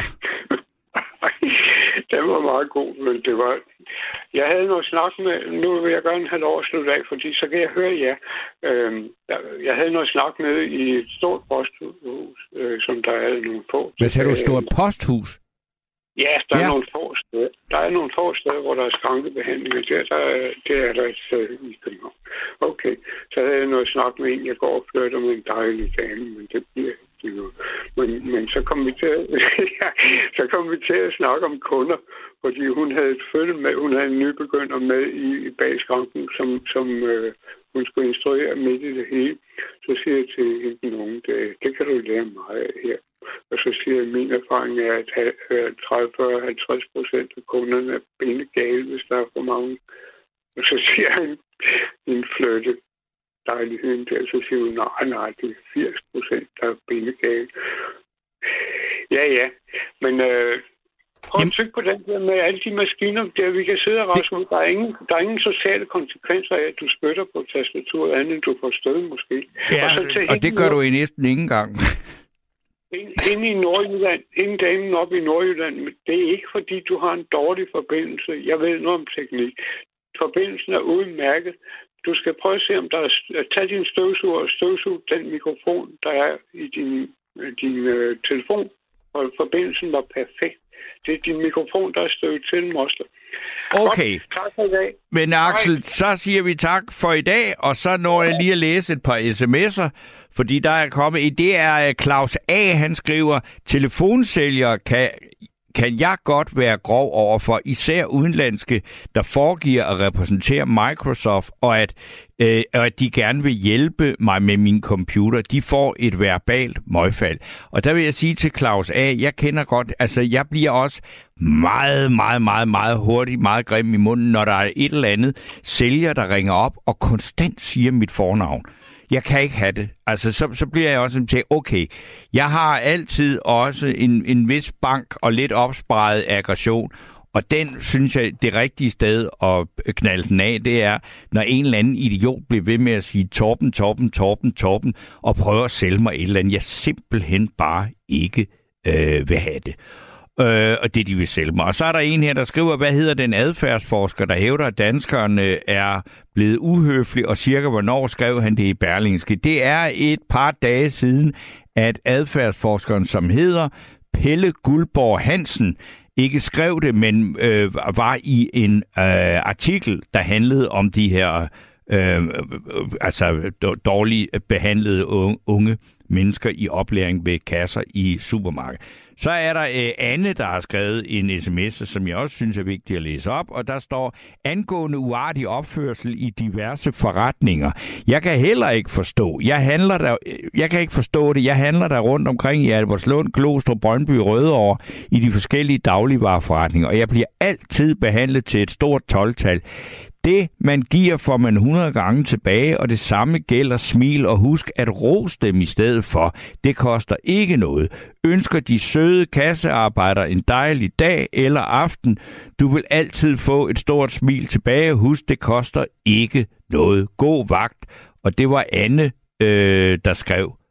Den var meget god, men det var... Jeg havde noget snak med... Nu vil jeg gerne have lov at slutte af, fordi så kan jeg høre jer. Øhm, jeg havde noget snak med i et stort posthus, øh, som der er nogle få... Hvad sagde du, et stort posthus? Ja, der er ja. nogle få steder. Der er nogle få steder, hvor der er skrankebehandling, og der, der, det er der et sted i København. Okay, så havde jeg noget snak med en, jeg går og flytter med en dejlig dame, men det bliver ikke noget. Men, men så kom vi til at, så kom vi til at snakke om kunder, fordi hun havde et følge med, hun havde en nybegynder med i, i bag skranken, som, som øh, hun skulle instruere midt i det hele. Så siger jeg til hende nogen, det, det kan du lære meget af her. Og så siger jeg, at min erfaring er, at tredive til halvtreds procent af kunderne er bindegale, hvis der er for mange. Og så siger han, en flytte dejligheden der, så siger hun, nej, nej, det er firs procent, der er bindegale. Ja, ja, men øh, prøv at tykke på den der med alle de maskiner, der vi kan sidde og rase ud. Der er ingen, der er ingen sociale konsekvenser af, at du spytter på tastaturet, andet end du får stød måske. Ja, og, så og det gør du i næsten ingen gang. Inde i Nordjylland, inden damen op i Nordjylland, det er ikke fordi, du har en dårlig forbindelse. Jeg ved noget om teknik. Forbindelsen er udmærket. Du skal prøve at se, om der er... Tag din støvsuger og støvsug den mikrofon, der er i din, din uh, telefon, og forbindelsen var perfekt. Det er din mikrofon, der er støvet til, Mosler. Okay. Godt, tak for i dag. Men Axel, Hej. Så siger vi tak for i dag, og så når jeg lige at læse et par sms'er, fordi der er kommet... Det er Claus A., han skriver, telefonsælgere kan... kan jeg godt være grov overfor, især udenlandske, der foregiver at repræsentere Microsoft, og at, øh, og at de gerne vil hjælpe mig med min computer. De får et verbalt møgfald. Og der vil jeg sige til Claus A., jeg kender godt, altså jeg bliver også meget, meget, meget, meget hurtigt, meget grim i munden, når der er et eller andet sælger, der ringer op og konstant siger mit fornavn. Jeg kan ikke have det. Altså, så, så bliver jeg også til, okay, jeg har altid også en, en vis bank og lidt opsparet aggression, og den, synes jeg, det rigtige sted at knalde den af, det er, når en eller anden idiot bliver ved med at sige Torben, Torben, Torben, Torben, og prøver at sælge mig et eller andet, jeg simpelthen bare ikke øh, vil have det. Øh, og det, de vil sælge mig. Og så er der en her, der skriver, hvad hedder den adfærdsforsker, der hævder, at danskerne er blevet uhøflige, og cirka hvornår skrev han det i Berlingske. Det er et par dage siden, at adfærdsforskeren, som hedder Pelle Guldborg Hansen, ikke skrev det, men øh, var i en øh, artikel, der handlede om de her øh, altså dårligt behandlede unge mennesker i oplæring ved kasser i supermarked. Så er der øh, Anne, der har skrevet en sms, som jeg også synes er vigtigt at læse op, og der står, angående uartig opførsel i diverse forretninger. Jeg kan heller ikke forstå, jeg handler der, jeg kan ikke forstå det, jeg handler der rundt omkring i Albertslund, Glostrup, Brøndby, Rødovre, i de forskellige dagligvareforretninger, og jeg bliver altid behandlet til et stort tolv-tal. Det, man giver, får man hundrede gange tilbage, og det samme gælder smil, og husk at rose dem i stedet for. Det koster ikke noget. Ønsker de søde kassearbejdere en dejlig dag eller aften, du vil altid få et stort smil tilbage. Husk, det koster ikke noget. God vagt. Og det var Anne, øh, der skrev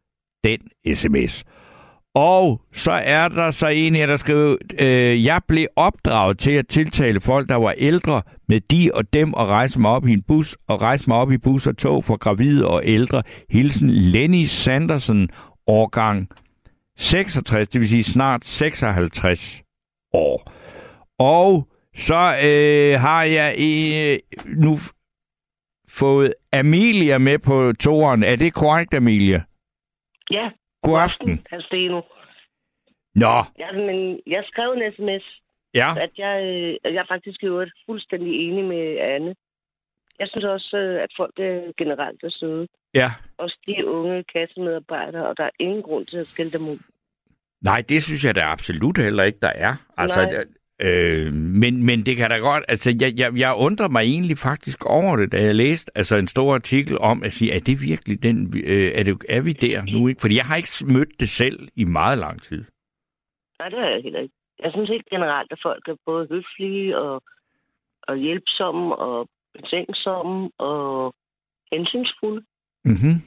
den sms. Og så er der så en her, der skriver, øh, jeg blev opdraget til at tiltale folk, der var ældre med de og dem, og rejse mig op i en bus, og rejse mig op i bus og tog for gravide og ældre. Hilsen Lenny Sanderson, årgang seksogtres, det vil sige snart seksoghalvtreds år. Og så øh, har jeg øh, nu fået Amelia med på toeren. Er det korrekt, Amelia? Ja. God aften. Herr Steno. Nå. Ja, men jeg skrev en sms, ja. at jeg, øh, jeg er faktisk i øvrigt fuldstændig enig med Anne. Jeg synes også, at folk er generelt er søde. Ja. Også de unge kassemedarbejdere, og der er ingen grund til at skælde dem ud. Nej, det synes jeg da absolut heller ikke, der er. Altså, øh, men, men det kan da godt... Altså, jeg, jeg, jeg undrer mig egentlig faktisk over det, da jeg læste altså, en stor artikel om at sige, er det virkelig den... Øh, er, det, er vi der nu ikke? Fordi jeg har ikke mødt det selv i meget lang tid. Nej, det har jeg heller ikke. Jeg synes ikke generelt, at folk er både høflige og, og hjælpsomme og betænksomme og hensynsfulde. Mhm.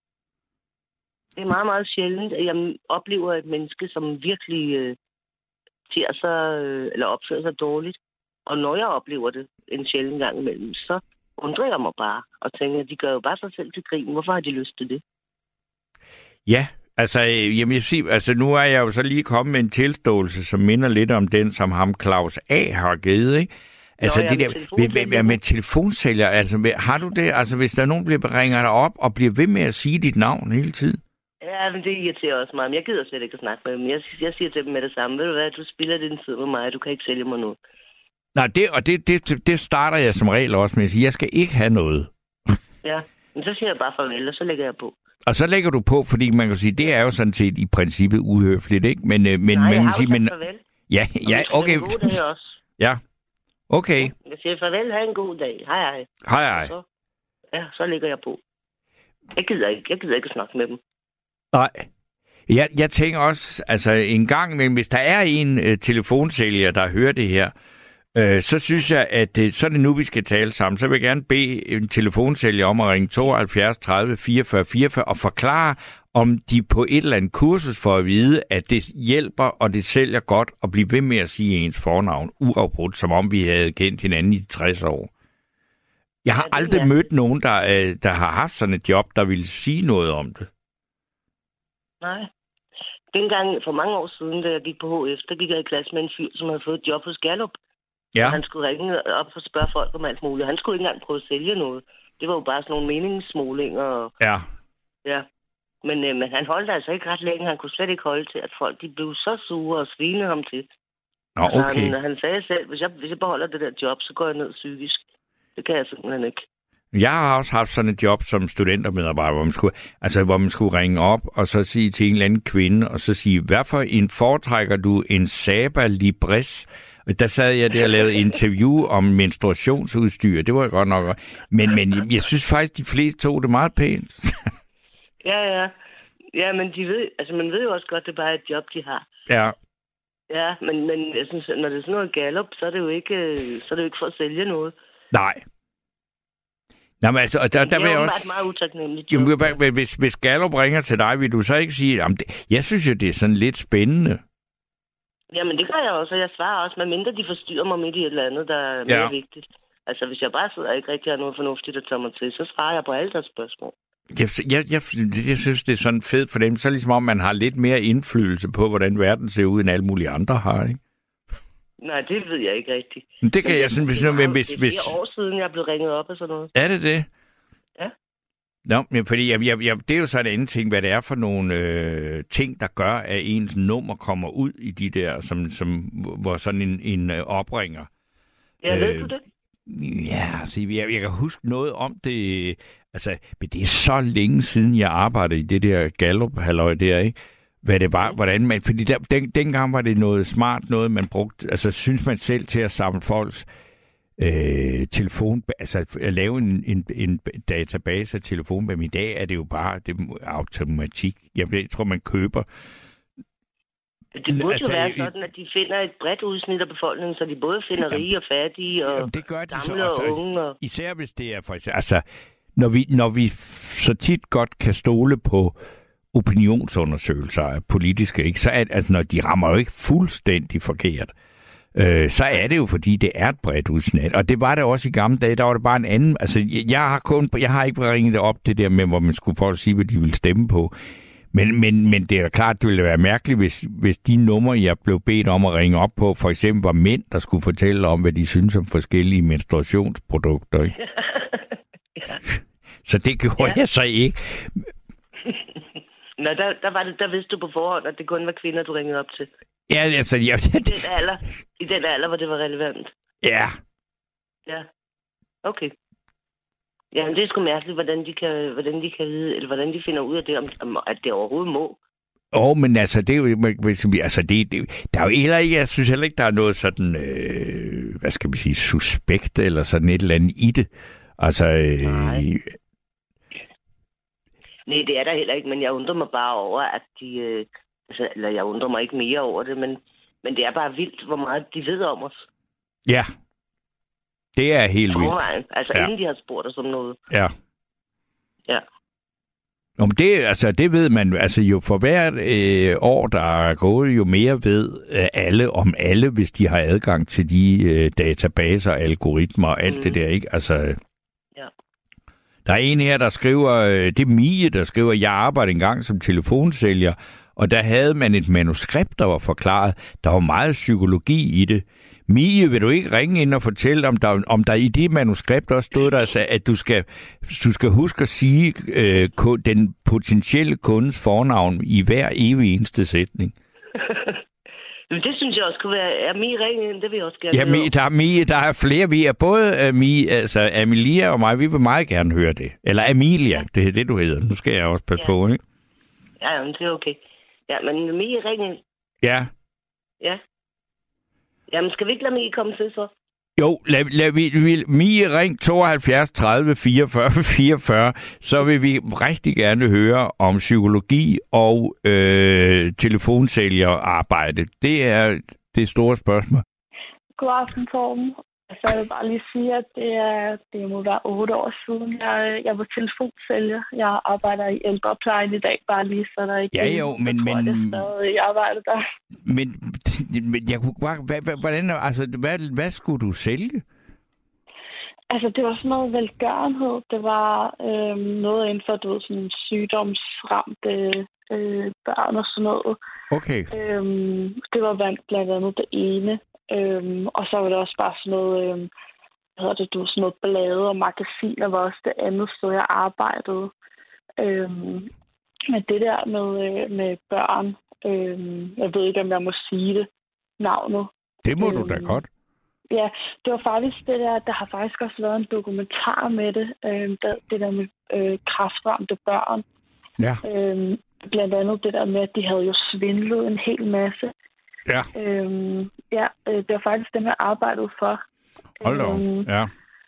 Det er meget, meget sjældent, at jeg oplever et menneske, som virkelig øh, tiger sig, øh, eller opfører sig dårligt. Og når jeg oplever det en sjældent gang imellem, så undrer jeg mig bare og tænker, at de gør jo bare sig selv til grin. Hvorfor har de lyst til det? Ja, altså, jamen, jeg siger, altså nu er jeg jo så lige kommet med en tilståelse, som minder lidt om den, som ham Claus A. har givet, ikke? Altså, Nå, det ja, der med, med, med telefonsælger, altså, har du det? Altså, hvis der er nogen, der ringer dig op og bliver ved med at sige dit navn hele tiden? Ja, men det irriterer også mig. Men jeg gider slet ikke at snakke med dem. Jeg, jeg siger til dem med det samme. Ved du hvad, du spilder din tid med mig. Du kan ikke sælge mig noget. Nej, det, og det, det, det starter jeg som regel også med at sige, jeg skal ikke have noget. Ja, men så siger jeg bare farvel, og så lægger jeg på. Og så lægger du på, fordi man kan sige, det er jo sådan set i princippet uhøfligt, ikke? Men, men, Nej, man jeg har sige, jo sagt men... farvel. Ja, ja, okay. En god dag også. Ja, okay. Jeg siger farvel, have en god dag. Hej, hej. Hej, hej. Så, ja, så lægger jeg på. Jeg gider ikke, jeg gider ikke snakke med dem. Nej. Jeg, jeg tænker også, altså en gang imellem, hvis der er en øh, telefonsælger, der hører det her, øh, så synes jeg, at øh, så er det nu, vi skal tale sammen. Så vil jeg gerne bede en telefonsælger om at ringe tooghalvfjerds tredive fireogfyrre fireogfyrre og forklare, om de på et eller andet kursus får at vide, at det hjælper, og det sælger godt at blive ved med at sige ens fornavn uafbrudt, som om vi havde kendt hinanden i tres år. Jeg har ja, aldrig mødt nogen, der, øh, der har haft sådan et job, der ville sige noget om det. Nej. Dengang for mange år siden, da jeg gik på H F, der gik jeg i klasse med en fyr, som havde fået et job hos Gallup. Ja. Han skulle ringe op og spørge folk om alt muligt. Han skulle ikke engang prøve at sælge noget. Det var jo bare sådan nogle meningsmålinger. Ja. Ja. Men, øh, men han holdt altså ikke ret længe. Han kunne slet ikke holde til, at folk de blev så sure og svinede ham til. Nå, okay. Altså, han, han sagde selv, hvis jeg, hvis jeg beholder det der job, så går jeg ned psykisk. Det kan jeg simpelthen ikke. Jeg har også haft sådan et job som studentermedarbejder, hvor man skulle, altså, hvor man skulle ringe op og så sige til en eller anden kvinde, og så sige, hvad for en foretrækker du, en Saba Libres? Og der sad jeg der og lavede interview om menstruationsudstyr. Det var godt nok. Men, men jeg synes faktisk, de fleste tog det meget pænt. Ja, ja. Ja, men de ved, altså, man ved jo også godt, det er bare et job, de har. Ja. Ja, men, men jeg synes, når det er sådan noget Gallup, så er det jo ikke, så er det jo ikke for at sælge noget. Nej. Nå, men altså, der, der det er jo også... et meget utaknemmeligt job. Jo, hvis, hvis Gallup ringer til dig, vil du så ikke sige, jamen, det, jeg synes jo, det er sådan lidt spændende. Jamen, det gør jeg også, og jeg svarer også, medmindre de forstyrrer mig midt i et eller andet, der er mere ja. vigtigt. Altså, hvis jeg bare sidder og ikke rigtig har noget fornuftigt at tage mig til, så svarer jeg på alle deres spørgsmål. Jeg, jeg, jeg, jeg synes, det er sådan fedt for dem. Så ligesom om, man har lidt mere indflydelse på, hvordan verden ser ud, end alle mulige andre har, ikke? Nej, det ved jeg ikke rigtigt. Men det kan men, jeg sådan... Hvis, det, hvis, det er hvis... flere år siden, jeg blev ringet op og sådan noget. Er det det? Ja. Nå, men fordi jeg, jeg, jeg, det er jo så en anden ting, hvad det er for nogle øh, ting, der gør, at ens nummer kommer ud i de der, som, som, hvor sådan en, en øh, opringer. Ja, øh, ved du det? Ja, altså, jeg, jeg kan huske noget om det. Altså, men det er så længe siden, jeg arbejdede i det der Gallup-halløj der, ikke? Hvad det var, hvordan man... Fordi der, den, dengang var det noget smart, noget man brugte... Altså, synes man selv til at samle folks øh, telefon... Altså, at lave en, en, en database af telefon, men i dag er det jo bare det automatik. Jeg, jeg tror, man køber... Det burde altså, jo være sådan, at de finder et bredt udsnit af befolkningen, så de både finder rige og fattige og jamen, det gør de gamle så også, og unge. Og... Især hvis det er for eksempel... Altså, når vi, når vi så tit godt kan stole på opinionsundersøgelser af politiske, ikke? Så er, altså, når de rammer jo ikke fuldstændig forkert, øh, så er det jo, fordi det er et bredt udsnit. Og det var det også i gamle dage, der var det bare en anden... Altså, jeg har, kun, jeg har ikke ringet det op, det der med, hvor man skulle folk sige, hvad de ville stemme på. Men, men, men det er da klart, det ville være mærkeligt, hvis, hvis de numre, jeg blev bedt om at ringe op på, for eksempel var mænd, der skulle fortælle om, hvad de synes om forskellige menstruationsprodukter. Ikke? Ja. Så det gjorde ja. jeg så ikke. Nå, der, der, var det, der vidste du på forhånd, at det kun var kvinder, du ringede op til. Ja, altså... Ja, I den alder, i den alder, hvor det var relevant. Ja. Ja, okay. Jamen, det er sgu mærkeligt, hvordan de kan, hvordan de kan vide, eller hvordan de finder ud af det, om, at det overhovedet må. Åh, oh, men altså, det er jo... Altså, det, det, der er jo heller ikke... Jeg synes heller ikke, der er noget sådan... Øh, hvad skal man sige? Suspekt, eller sådan et eller andet i det. Altså... Øh, Nej. Nej, det er der heller ikke, men jeg undrer mig bare over, at de... Øh, altså, eller jeg undrer mig ikke mere over det, men, men det er bare vildt, hvor meget de ved om os. Ja. Det er helt Forvejen. vildt. Altså, ja. Inden de har spurgt os om noget. Ja. Ja. Nå, men det, altså, det ved man altså jo for hvert øh, år, der er gået, jo mere ved øh, alle om alle, hvis de har adgang til de øh, databaser, algoritmer og alt mm. det der, ikke? Altså... Ja. Der er en her, der skriver, det er Mie, der skriver, jeg arbejdede engang som telefonsælger, og der havde man et manuskript, der var forklaret. Der var meget psykologi i det. Mie, vil du ikke ringe ind og fortælle, om der, om der i det manuskript også stod der, at du skal, du skal huske at sige øh, den potentielle kundes fornavn i hver evig eneste sætning? Det synes jeg også kunne være... Er Mie ringe ind? Det vil jeg også gerne ja, Mie, der er Mie, der er flere. Vi er både uh, Mie, altså Amelia og mig, vi vil meget gerne høre det. Eller Amelia, det er det, du hedder. Nu skal jeg også passe ja. på, ikke? Ja, men det er okay. Ja, men Mie ringe ind. Ja. Ja. Jamen, skal vi ikke lade Mie komme til så? Jo, lad, lad vi, vi, Mie ring tooghalvfjerds tredive fireogfyrre fireogfyrre, så vil vi rigtig gerne høre om psykologi og øh, telefonsælgerarbejde. Det er det store spørgsmål. God aften, Torben. Så jeg vil bare lige sige, at det er, det må være otte år siden, jeg, jeg var telefonsælger. Jeg arbejder i ældreplejen i dag, bare lige så der ikke... Ja, jo, men... men jeg stadig arbejder der. Men, men jeg kunne bare... Hvordan, altså, hvad, hvad skulle du sælge? Altså, det var sådan noget velgørenhed. Det var øh, noget inden for, du ved, sådan sygdomsramte øh, børn og sådan noget. Okay. Øh, det var blandt andet det ene. Øhm, og så var det også bare sådan noget, øhm, hvad hedder det, du, sådan noget blade og magasiner var også det andet sted, jeg arbejdede. Øhm, men det der med, øh, med børn, øhm, jeg ved ikke, om jeg må sige det, navnet. Det må øhm, du da godt. Ja, det var faktisk det der, der har faktisk også været en dokumentar med det, øhm, der, det der med øh, kræftramte børn. Ja. Øhm, blandt andet det der med, at de havde jo svindlet en hel masse. Ja. Øhm, ja, det var faktisk dem, jeg arbejdede for. Hold da øhm, ja.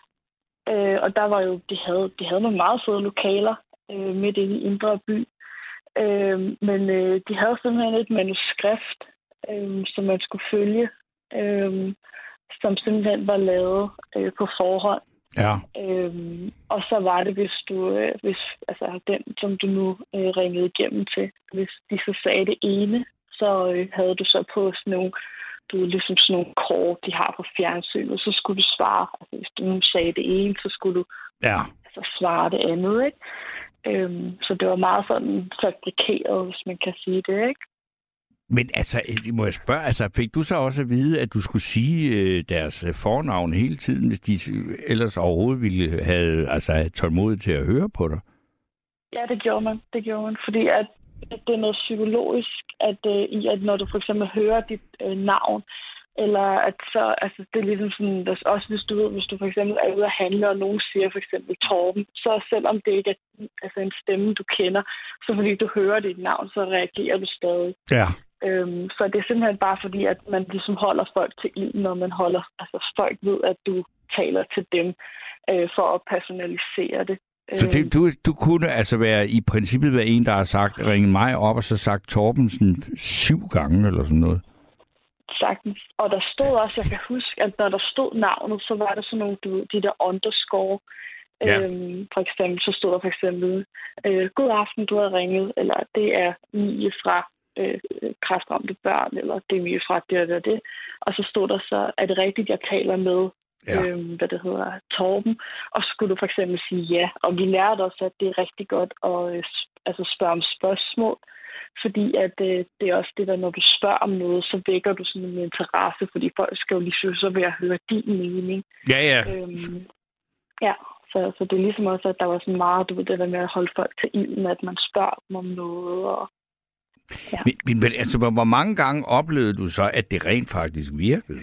Øh, og der var jo, de havde, de havde nogle meget fede lokaler øh, midt inde i Indre By. Øh, men øh, de havde simpelthen et manuskript, øh, som man skulle følge, øh, som simpelthen var lavet øh, på forhånd. Ja. Øh, og så var det, hvis du, øh, hvis, altså den, som du nu øh, ringede igennem til, hvis de så sagde det ene, så øh, havde du så på sådan nogle, du ved, ligesom sådan nogle kort, de har på fjernsynet, så skulle du svare. Altså, hvis du nu sagde det ene, så skulle du ja. altså, svare det andet, ikke? Øhm, så det var meget sådan fabrikeret, hvis man kan sige det, ikke? Men altså, må jeg spørge, altså, fik du så også at vide, at du skulle sige øh, deres fornavn hele tiden, hvis de ellers overhovedet ville have altså, tålmodighed til at høre på dig? Ja, det gjorde man. Det gjorde man, fordi at at det er noget psykologisk, at, øh, i, at når du for eksempel hører dit øh, navn, eller at så, altså det er ligesom sådan, at også hvis du ved, hvis du for eksempel er ude at handle, og nogen siger for eksempel Torben, så selvom det ikke er altså en stemme, du kender, så fordi du hører dit navn, så reagerer du stadig. Ja. Øhm, så det er simpelthen bare fordi, at man ligesom holder folk til ilden, når man holder, altså folk ved, at du taler til dem, øh, for at personalisere det. Så det, du, du kunne altså være i princippet være en, der har sagt, ringet mig op og så sagt Torbensen syv gange eller sådan noget? Sagtens. Og der stod også, jeg kan huske, at når der stod navnet, så var der sådan nogle, du, de der underscore Ja. Øhm, for eksempel, så stod der for eksempel, øh, god aften, du har ringet, eller det er Mie fra øh, kræftramte børn, eller det er Mie fra det og det og det. Og så stod der så, er det rigtigt, jeg taler med, ja. øhm, hvad det hedder, Torben? Og så skulle du for eksempel sige ja. Og vi lærte også, at det er rigtig godt at øh, altså spørge om spørgsmål, fordi at øh, det er også det der, når du spørger om noget, så vækker du sådan en interesse, fordi folk skal jo lige så ved at høre din mening. Ja, ja. Øhm, ja, så, så det er ligesom også, at der var sådan meget, du ved, det der med at holde folk til ilden, at man spørger dem om noget. Og, ja. men, men altså, hvor mange gange oplevede du så, at det rent faktisk virkede?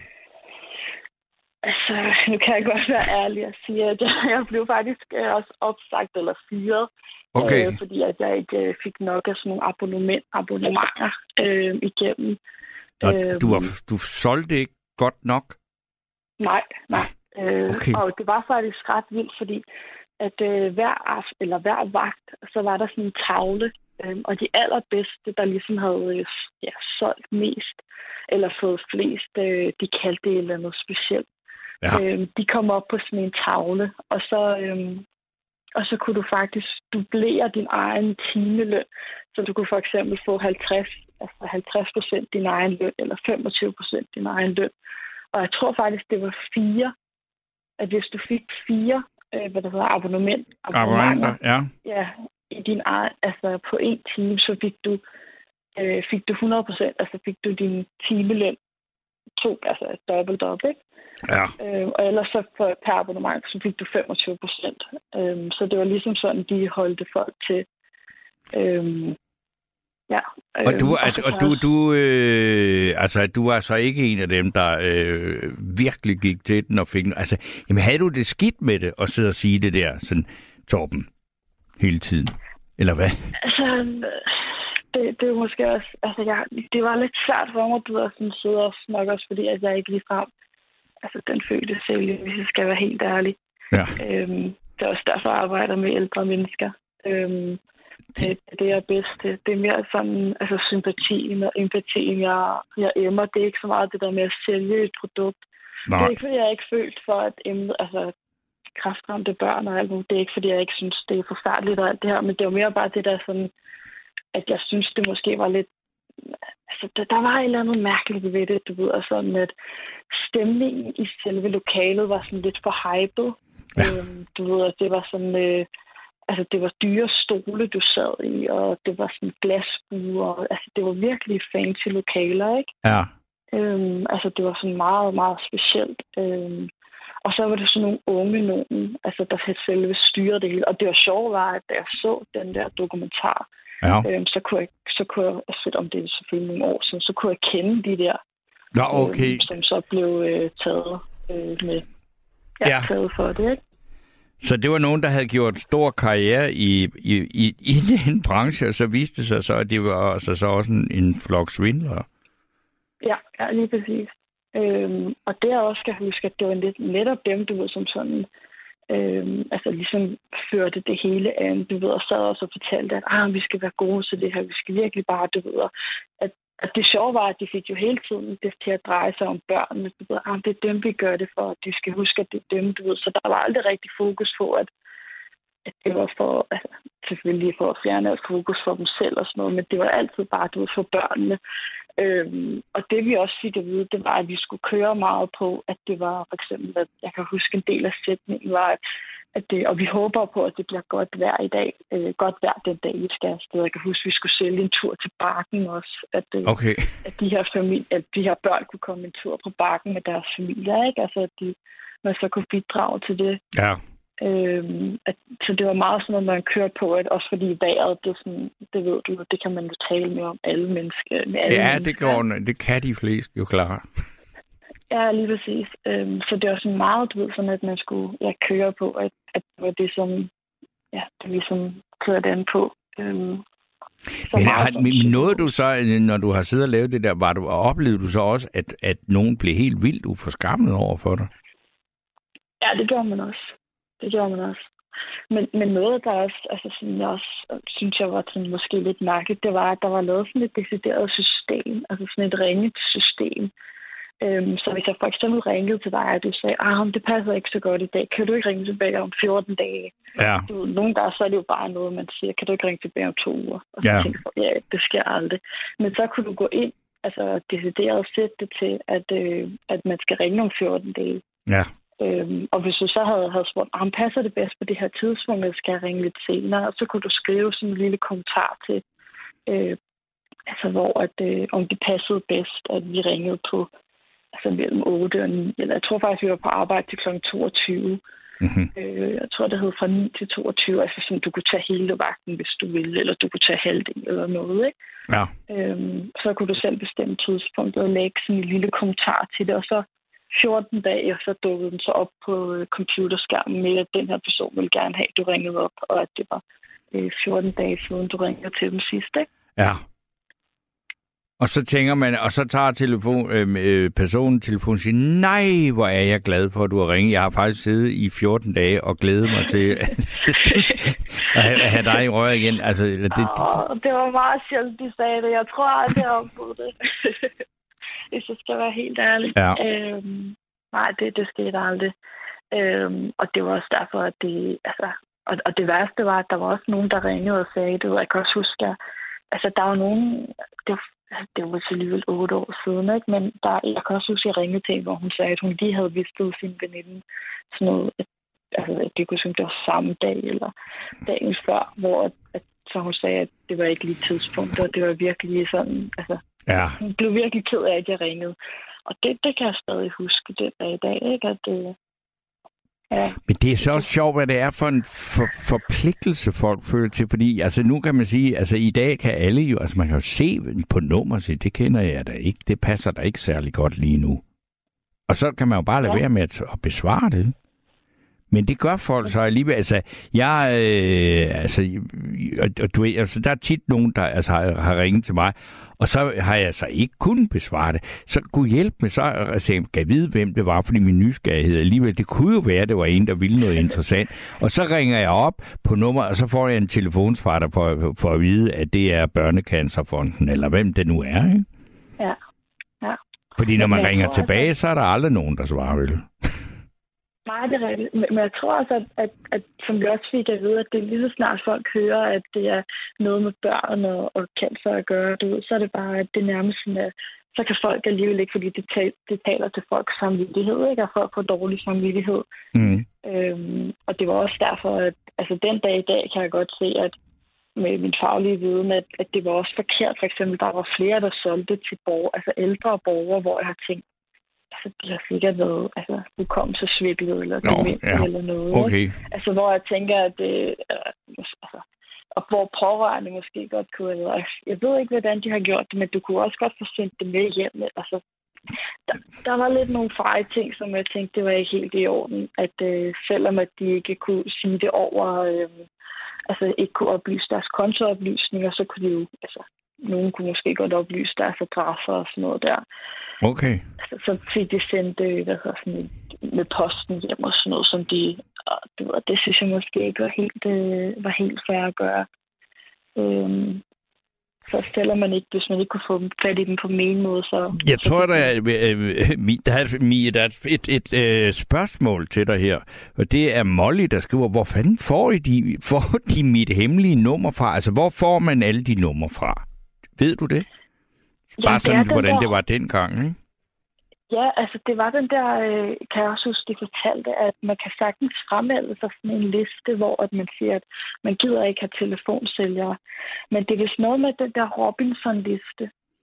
Altså, nu kan jeg godt være ærlig at sige, at jeg, jeg blev faktisk også opsagt eller fyret. Okay. Øh, fordi at jeg ikke øh, fik nok af sådan nogle abonnement, abonnementer øh, igennem. Nå, øh, du, var, du solgte ikke godt nok? Nej, nej. Øh, okay. Og det var faktisk ret vildt, fordi at øh, hver aften, eller hver vagt, så var der sådan en tavle, øh, og de allerbedste, der ligesom havde ja, solgt mest, eller fået flest, øh, de kaldte det et eller andet specielt. Ja. Øh, de kom op på sådan en tavle, og så... Øh, Og så kunne du faktisk dublere din egen timeløn. Så du kunne for eksempel få halvtreds, altså halvtreds procent din egen løn, eller femogtyve procent din egen løn. Og jeg tror faktisk, det var fire. At hvis du fik fire, øh, hvad der hedder, abonnement, abonnementer, ja. Ja, i din egen, altså på en time, så fik du, øh, fik du hundrede procent, altså fik du din timeløn to, altså dobbelt op, ikke? Ja. Øh, og ellers så for, per abonnement, så fik du femogtyve procent. Øh, så det var ligesom sådan, de holdte folk til. Øh, ja. Øh, og du, og, at, og du, du, øh, altså, du var så ikke en af dem, der øh, virkelig gik til den og fik den. Altså, jamen, havde du det skidt med det at sidde og sige det der, sådan, Torben, hele tiden? Eller hvad? Altså, det, det er måske også, altså, jeg, det var lidt svært for mig, du ved, at sådan sidde og snakke også, fordi at jeg ikke ligefrem altså den følte selv, hvis jeg skal være helt ærlig. Ja. Øhm, det er også derfor, jeg arbejder med ældre mennesker. Øhm, det, det er bedst til. Det er mere sådan, altså sympatien og empatien, jeg, jeg emmer. Det er ikke så meget det der med at sælge et produkt. Nej. Det er ikke, fordi jeg ikke følt for, at emnet, altså kræftramte børn og alt muligt, det er ikke, fordi jeg ikke synes, det er forfærdeligt og alt det her, men det er mere bare det der sådan, at jeg synes, det måske var lidt altså, der, der var et eller andet mærkeligt ved det, du ved, og sådan, at stemningen i selve lokalet var sådan lidt for hyped. Ja. Øhm, du ved, at det var sådan, øh, altså, det var dyre stole, du sad i, og det var sådan glasbuer, altså, det var virkelig fancy lokaler, ikke? Ja. Øhm, altså, det var sådan meget, meget specielt. Øhm, og så var det sådan nogle unge nogen, altså, der havde selve styret det hele. Og det var sjovt, var, at da jeg så den der dokumentar, ja. øhm, så kunne jeg, så kunne jeg, altså, om det er selvfølgelig nogle år siden, så kunne jeg kende de der, Nå, okay. øhm, som så blev øh, taget øh, med, ja, ja. taget for det, ikke? Så det var nogen, der havde gjort stor karriere i, i, i, i den branche, og så viste det sig så, at det var altså så også en, en flok svindlere. Ja, ja, lige præcis. Øhm, og det jeg også skal huske, at det var lidt netop dem, du ved, som sådan, øhm, altså ligesom førte det hele an, du ved, og sad også og fortalte, at ah, vi skal være gode til det her, vi skal virkelig bare, du ved, at, at det sjove var, at de fik jo hele tiden det til at dreje sig om børnene, du ved, ah, det er dem, vi gør det for, at de skal huske, at det er dem, du ved, så der var aldrig rigtig fokus på, at, at det var for, altså selvfølgelig for at fjerne alt fokus for dem selv og sådan noget, men det var altid bare, du ved, for børnene. Øhm, og det vi også fik at vide, det var, at vi skulle køre meget på, at det var for eksempel, at jeg kan huske en del af sætningen var, at det, og vi håber på, at det bliver godt vejr i dag, øh, godt vejr den dag, vi skal afsted. Jeg kan huske, at vi skulle sælge en tur til Bakken også, at, øh, okay. at, de her familie, at de her børn kunne komme en tur på Bakken med deres familier, ikke? Altså, at de, man så kunne bidrage til det. Ja. Øhm, at, så det var meget sådan, at man kører på, at også fordi vejret, det, sådan, det ved du, det kan man jo tale med om alle mennesker. Med alle ja, mennesker. det, går, det kan de fleste jo klare. Ja, lige præcis. Øhm, så det var sådan meget, du ved, sådan at man skulle ja, køre på, at, at det var det, som ja, det ligesom kørte an på. Øhm, men har, men nåede du så, når du har siddet og lavet det der, var du, oplevede du så også, at, at nogen blev helt vildt uforskammet over for dig? Ja, det gjorde man også. Det gjorde man også. Men, men noget, der også, altså sådan, jeg også synes, jeg var sådan, måske lidt mærkeligt, det var, at der var lavet sådan et decideret system, altså sådan et ringet system, Øhm, så hvis jeg for eksempel ringede til dig, og du sagde, ah, det passer ikke så godt i dag, kan du ikke ringe tilbage om fjorten dage? Ja. Du, nogle gange så er det jo bare noget, man siger, kan du ikke ringe tilbage om to uger? Og så Ja. tænker jeg, ja, det sker aldrig. Men så kunne du gå ind, altså decideret sætte det til, at, øh, at man skal ringe om fjorten dage. Ja. Øhm, og hvis du så havde, havde spurgt, ah, passer det bedst på det her tidspunkt, eller skal jeg ringe lidt senere, så kunne du skrive sådan en lille kommentar til, øh, altså hvor at, øh, om det passede bedst, at vi ringede på altså mellem otte og ni, eller jeg tror faktisk, vi var på arbejde til klokken toogtyve. Mm-hmm. Øh, jeg tror, det hed fra ni til toogtyve, altså sådan, du kunne tage hele vagten, hvis du ville, eller du kunne tage halvdelen eller noget, ikke? Ja. Øhm, så kunne du selv bestemme tidspunktet og lægge sådan en lille kommentar til det, og så fjorten dage, så dukkede den så op på øh, computerskærmen med, at den her person ville gerne have, at du ringede op, og at det var øh, fjorten dage siden, du ringede til dem sidst, ikke? Ja. Og så tænker man, og så tager telefon, øh, personen telefonen og siger, nej, hvor er jeg glad for, at du har ringet. Jeg har faktisk siddet i fjorten dage og glædet mig til at have, have dig i røret igen. Altså, det, det... Oh, det var meget sjældent, de sagde det. Jeg tror aldrig, jeg har oplevet det. Hvis jeg skal være helt ærlig. Ja. Øhm, nej, det, det skete aldrig. Øhm, og det var også derfor, at det... Altså, og, og det værste var, at der var også nogen, der ringede og sagde det. Jeg kan også huske, at altså, der var nogen... Det var, det var alligevel otte år siden, ikke? Men der, jeg kan også huske, at jeg ringede til, hvor hun sagde, at hun lige havde vistet sin veninde sådan noget, at, altså, at det kunne det var samme dag, eller dagen før, hvor at, at, så hun sagde, at det var ikke lige tidspunkt, og det var virkelig sådan, altså, ja. Hun blev virkelig ked af, at jeg ringede. Og det, det kan jeg stadig huske den dag i dag, ikke? At det, ja. Men det er så også sjovt, hvad det er for en for, forpligtelse, folk føler til, fordi altså nu kan man sige, altså i dag kan alle jo, altså man kan jo se på nummer, så det kender jeg da ikke, det passer da ikke særlig godt lige nu. Og så kan man jo bare lade ja. være med at, at besvare det. Men det gør folk så alligevel. Altså, jeg, øh, altså, og, og du ved, altså, der er tit nogen, der altså, har, har ringet til mig, og så har jeg så ikke kunnet besvare det. Så kunne hjælpe mig så, at jeg kan vide, hvem det var, fordi min nysgerrighed alligevel, det kunne jo være, at det var en, der ville noget interessant. Og så ringer jeg op på nummer, og så får jeg en telefonsvarer for, for at vide, at det er Børnecancerfonden, eller hvem det nu er, ikke? Ja, ja. Fordi når man ringer tror, tilbage, så er der aldrig nogen, der svarer, vel? Nej, det er rigtigt. Men jeg tror også, at, at, at som vi også fik at vide, at det er lige så snart folk hører, at det er noget med børn og, og cancer at gøre, du ved, så er det bare, at det nærmest sådan, at så kan folk alligevel ikke, fordi det, tal, det taler til folks samvittighed, ikke? Og folk får dårlig samvittighed. Mm. Øhm, og det var også derfor, at altså, den dag i dag kan jeg godt se, at med min faglige viden, at, at det var også forkert. For eksempel, der var flere, der solgte til borgere, altså ældre borgere, hvor jeg har tænkt, altså, det har sikkert været altså, hukommelsessvigtet eller demens ja. eller noget. Okay. Altså, hvor jeg tænker, at det, altså, og hvor pårørende måske godt kunne have været. Jeg ved ikke, hvordan de har gjort det, men du kunne også godt få sendt det med hjem. Altså, der, der var lidt nogle feje ting, som jeg tænkte, det var ikke helt i orden. At øh, selvom at de ikke kunne sige det over, øh, altså ikke kunne oplyse deres kontooplysninger, så kunne de jo, altså, nogen kunne måske godt oplyse deres adresser og sådan noget der. Okay. Så, så fik de sendt hvad hedder, sådan, med posten hjem og sådan noget, som de, og det, var, det synes jeg måske ikke var helt, øh, var helt fair at gøre. Øhm, så stiller man ikke, hvis man ikke kunne få fat i dem på min måde, så... Jeg tror, der er, der er, Mie, der er et, et, et spørgsmål til dig her, og det er Molly, der skriver, hvor fanden får I de, får de mit hemmelige nummer fra? Altså, hvor får man alle de numre fra? Ved du det? Bare ja, sådan, hvordan der... det var dengang, ikke? Ja, altså det var den der, øh, kan jeg også huske, de fortalte, at man kan sagtens fremmelde sig sådan en liste, hvor at man siger, at man gider ikke have telefonsælgere. Men det er vist noget med den der Robinson-liste.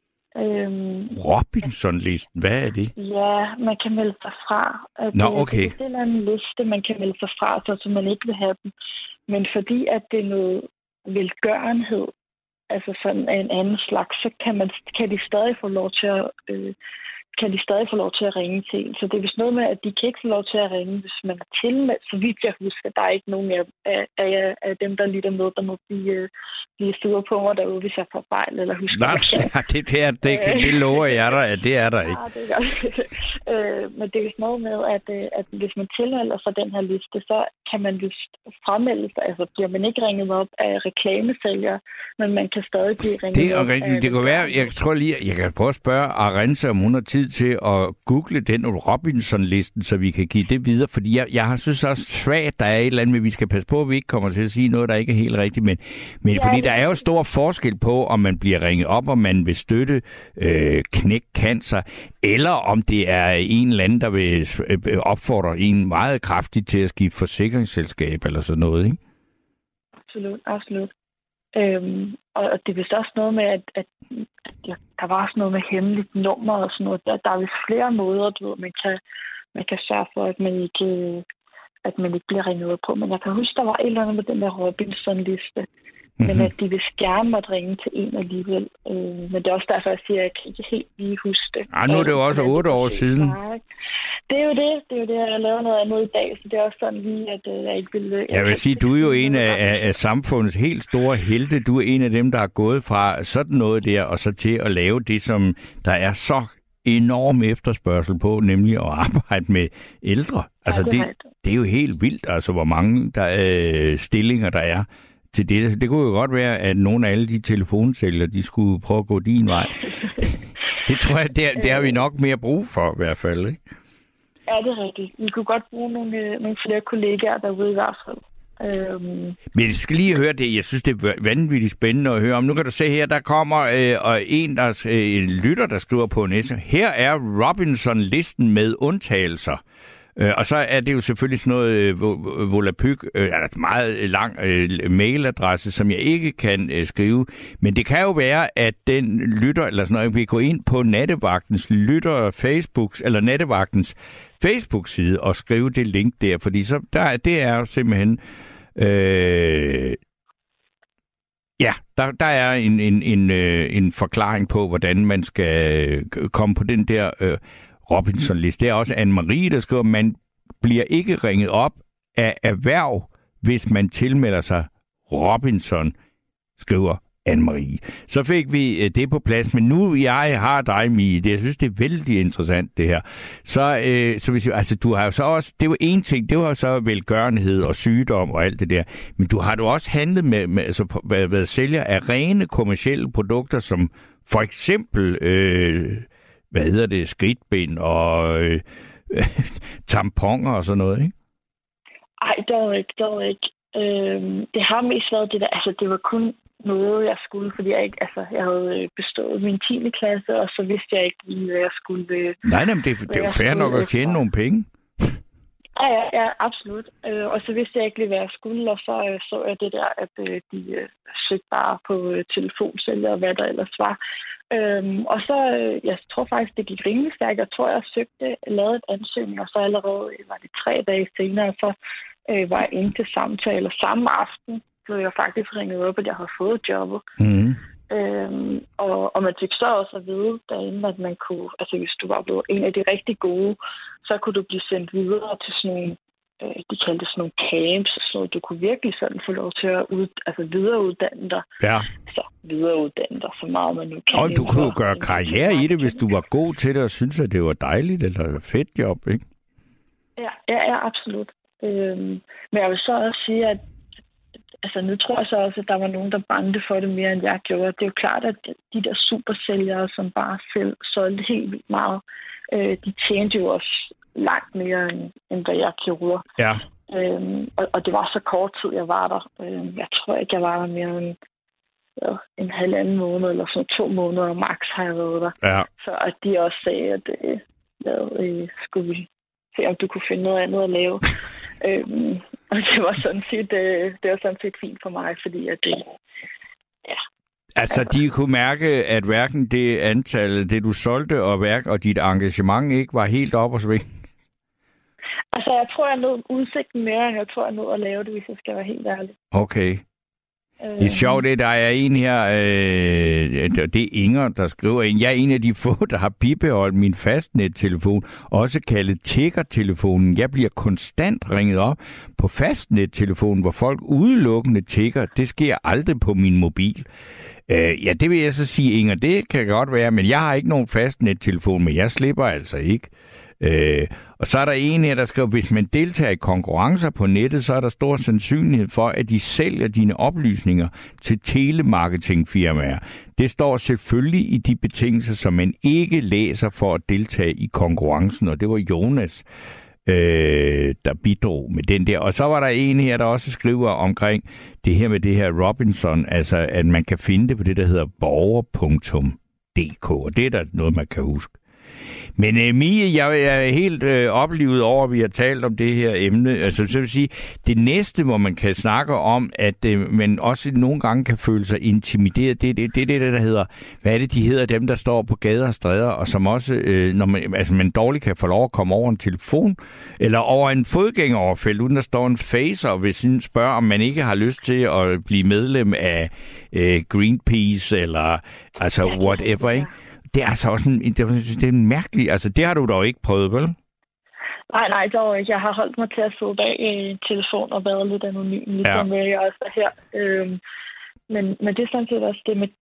Øhm, Robinson-listen? Hvad er det? Ja, man kan melde sig fra. At Nå, det, okay. Det er en anden liste, man kan melde sig fra, så man ikke vil have dem. Men fordi at det er noget velgørenhed, altså sådan en anden slags, så kan, man, kan de stadig få lov til at... Øh, kan de stadig få lov til at ringe til en. Så det er vist noget med, at de kan ikke få lov til at ringe, hvis man er tilmeldt. Så vidt jeg husker, der er ikke nogen af, af, af, af dem, der lytter med, der må blive, blive sure på mig derude, hvis jeg får fejl eller husker. Nej, det, det, er, det, det lover jeg dig, at det er der ikke. Ja, det er godt. øh, men det er vist noget med, at, at hvis man tilmelder sig den her liste, så kan man jo fremmelde sig. Altså bliver man ikke ringet op af reklamesælgere, men man kan stadig blive ringet det er op rigtigt. af... Det kan være, jeg tror lige, jeg kan prøve at spørge Arantxa, om hun har tid til at google den Robinson-listen, så vi kan give det videre, fordi jeg, jeg har synes også svagt, der er et eller andet, men vi skal passe på, at vi ikke kommer til at sige noget, der ikke er helt rigtigt, men, men ja, fordi der er jo stor forskel på, om man bliver ringet op, om man vil støtte øh, knæk cancer, eller om det er en eller anden, der vil opfordre en meget kraftigt til at skifte forsikringsselskab eller sådan noget, ikke? Absolut, absolut. Øhm, og, og det er vist også noget med, at, at, at ja, der var også noget med hemmeligt nummer og sådan noget. Der, der er vist flere måder, du ved, man kan, man kan sørge for, at man ikke, at man ikke bliver ringet ud på. Men jeg kan huske, der var et eller andet med den der Robinson-liste. Mm-hmm. Men at de vil gerne måtte ringe til en alligevel. Øh, men det er også derfor, jeg siger, at jeg kan ikke helt lige huske det. Ej, nu er det jo også otte år siden. Det er jo det. Det er jo det, jeg laver noget andet i dag, så det er også sådan lige, at øh, jeg ikke vil... Jeg, jeg vil sige, du er jo en af, af, af samfundets helt store helte. Du er en af dem, der er gået fra sådan noget der, og så til at lave det, som der er så enorm efterspørgsel på, nemlig at arbejde med ældre. Altså, ja, det, det, det er jo helt vildt, altså, hvor mange der, øh, stillinger der er til det. Det kunne jo godt være, at nogle af alle de telefonsælgere, de skulle prøve at gå din vej. Det tror jeg, det, det har vi nok mere brug for i hvert fald, ikke? Ja, det er rigtigt. Vi kunne godt bruge nogle, nogle flere kollegaer derude i hvert fald. Øhm. Men jeg skal lige høre det. Jeg synes, det er vanvittigt spændende at høre om. Nu kan du se her, der kommer øh, og en, der øh, en lytter, der skriver på næste. Her er Robinson-listen med undtagelser. Øh, og så er det jo selvfølgelig sådan noget øh, volapyk, øh, altså meget lang øh, mailadresse, som jeg ikke kan øh, skrive. Men det kan jo være, at den lytter, eller sådan noget, vi går ind på Nattevagtens lytter Facebook, eller Nattevagtens Facebook-side og skrive det link der, fordi så der, det er jo simpelthen øh, ja, der, der er en, en, en, øh, en forklaring på, hvordan man skal komme på den der øh, Robinson-liste. Det er også Anne-Marie, der skriver, at man bliver ikke ringet op af erhverv, hvis man tilmelder sig Robinson, skriver Anne-Marie. Så fik vi det på plads, men nu jeg har dig, Mie, det, jeg synes, det er vældig interessant, det her. Så, øh, så hvis, altså, du har jo så også, det var en ting, det var så velgørenhed og sygdom og alt det der, men du har du også handlet med, med altså, været, været sælger af rene kommercielle produkter, som for eksempel, øh, hvad hedder det, skridtben og øh, tamponer og sådan noget, ikke? Ej, dog ikke, dog ikke. Øhm, det har mest været det der, altså det var kun noget, jeg skulle, fordi jeg ikke, altså jeg havde bestået min tiende klasse, og så vidste jeg ikke lige, hvad jeg skulle. Nej, nej, men det, det er jo fair nok at tjene nogle penge. Ja, ja, ja, absolut. Øh, og så vidste jeg ikke lige, hvad jeg skulle, og så øh, så jeg det der, at øh, de øh, søgte bare på øh, telefonsælger og hvad der ellers var. Øhm, og så, øh, jeg tror faktisk, det gik rimelig stærkt. Jeg tror, jeg søgte, lavede et ansøgning, og så allerede var det tre dage senere, så øh, var jeg inde til samtale. Samme aften blev jeg faktisk ringet op, at jeg havde fået jobbet. Mm. Øhm, og, og man fik så også at vide derinde, at man kunne, altså hvis du var blevet en af de rigtig gode, så kunne du blive sendt videre til sådan nogle, øh, de kaldte sådan nogle camps, så du kunne virkelig sådan få lov til at ud, altså videreuddanne dig. Ja. Så videreuddanne dig så meget, man nu kan. Og du kunne jo gøre karriere i det, hvis du var god til det, og synes at det var dejligt, eller fedt job, ikke? Ja, ja, ja, absolut. Øhm, men jeg vil så også sige, at altså, nu tror jeg så også, at der var nogen, der brændte for det mere, end jeg gjorde. Det er jo klart, at de der supersælgere, som bare selv solgte helt vildt meget, øh, de tjente jo også langt mere, end, end hvad jeg gjorde. Ja. Øhm, og, og det var så kort tid, jeg var der. Øhm, jeg tror ikke, jeg var der mere end ja, en halvanden måned, eller sådan to måneder max har jeg været der. Ja. Så at de også sagde, at øh, jeg, øh, skulle vi se, om du kunne finde noget andet at lave. øhm, og det var sådan set, øh, det var sådan set fint for mig, fordi at det, ja. Altså, de kunne mærke, at hverken det antal, det du solgte, og, værk, og dit engagement ikke var helt op og svinge? Altså, jeg tror, jeg nåede udsigten mere, end jeg tror, jeg nåede at lave det, hvis jeg skal være helt ærlig. Okay. Det er sjovt, det der er en her, øh, det er Inger, der skriver ind. Jeg er en af de få, der har bibeholdt min fastnettelefon, også kaldet tiggertelefonen. Jeg bliver konstant ringet op på fastnettelefonen, hvor folk udelukkende tigger. Det sker aldrig på min mobil. Øh, ja, det vil jeg så sige, Inger, det kan godt være, men jeg har ikke nogen fastnettelefon, men jeg slipper altså ikke. Øh, Og så er der en her, der skriver, hvis man deltager i konkurrencer på nettet, så er der stor sandsynlighed for, at de sælger dine oplysninger til telemarketingfirmaer. Det står selvfølgelig i de betingelser, som man ikke læser for at deltage i konkurrencen, og det var Jonas, øh, der bidrog med den der. Og så var der en her, der også skriver omkring det her med det her Robinson, altså at man kan finde det på det, der hedder borger punktum d k, og det er der noget, man kan huske. Men øh, Mie, jeg er helt øh, oplevet over, at vi har talt om det her emne. Altså, så vil sige, det næste, hvor man kan snakke om, at øh, man også nogle gange kan føle sig intimideret, det er det, det, det, der hedder, hvad er det, de hedder, dem, der står på gader og stræder, og som også, øh, når man, altså, man dårligt kan få lov at komme over en telefon, eller over en fodgængeroverfelt, uden der står en facer, og hvis man spørger, om man ikke har lyst til at blive medlem af øh, Greenpeace, eller altså whatever, ikke? Det er altså også en, det er, det er en mærkelig... Altså, det har du dog ikke prøvet, vel? Nej, nej, dog ikke. Jeg har holdt mig til at sidde bag en telefon og været lidt anonym, ligesom ja. Jeg også er her. Øhm, men, men det er sådan set også det med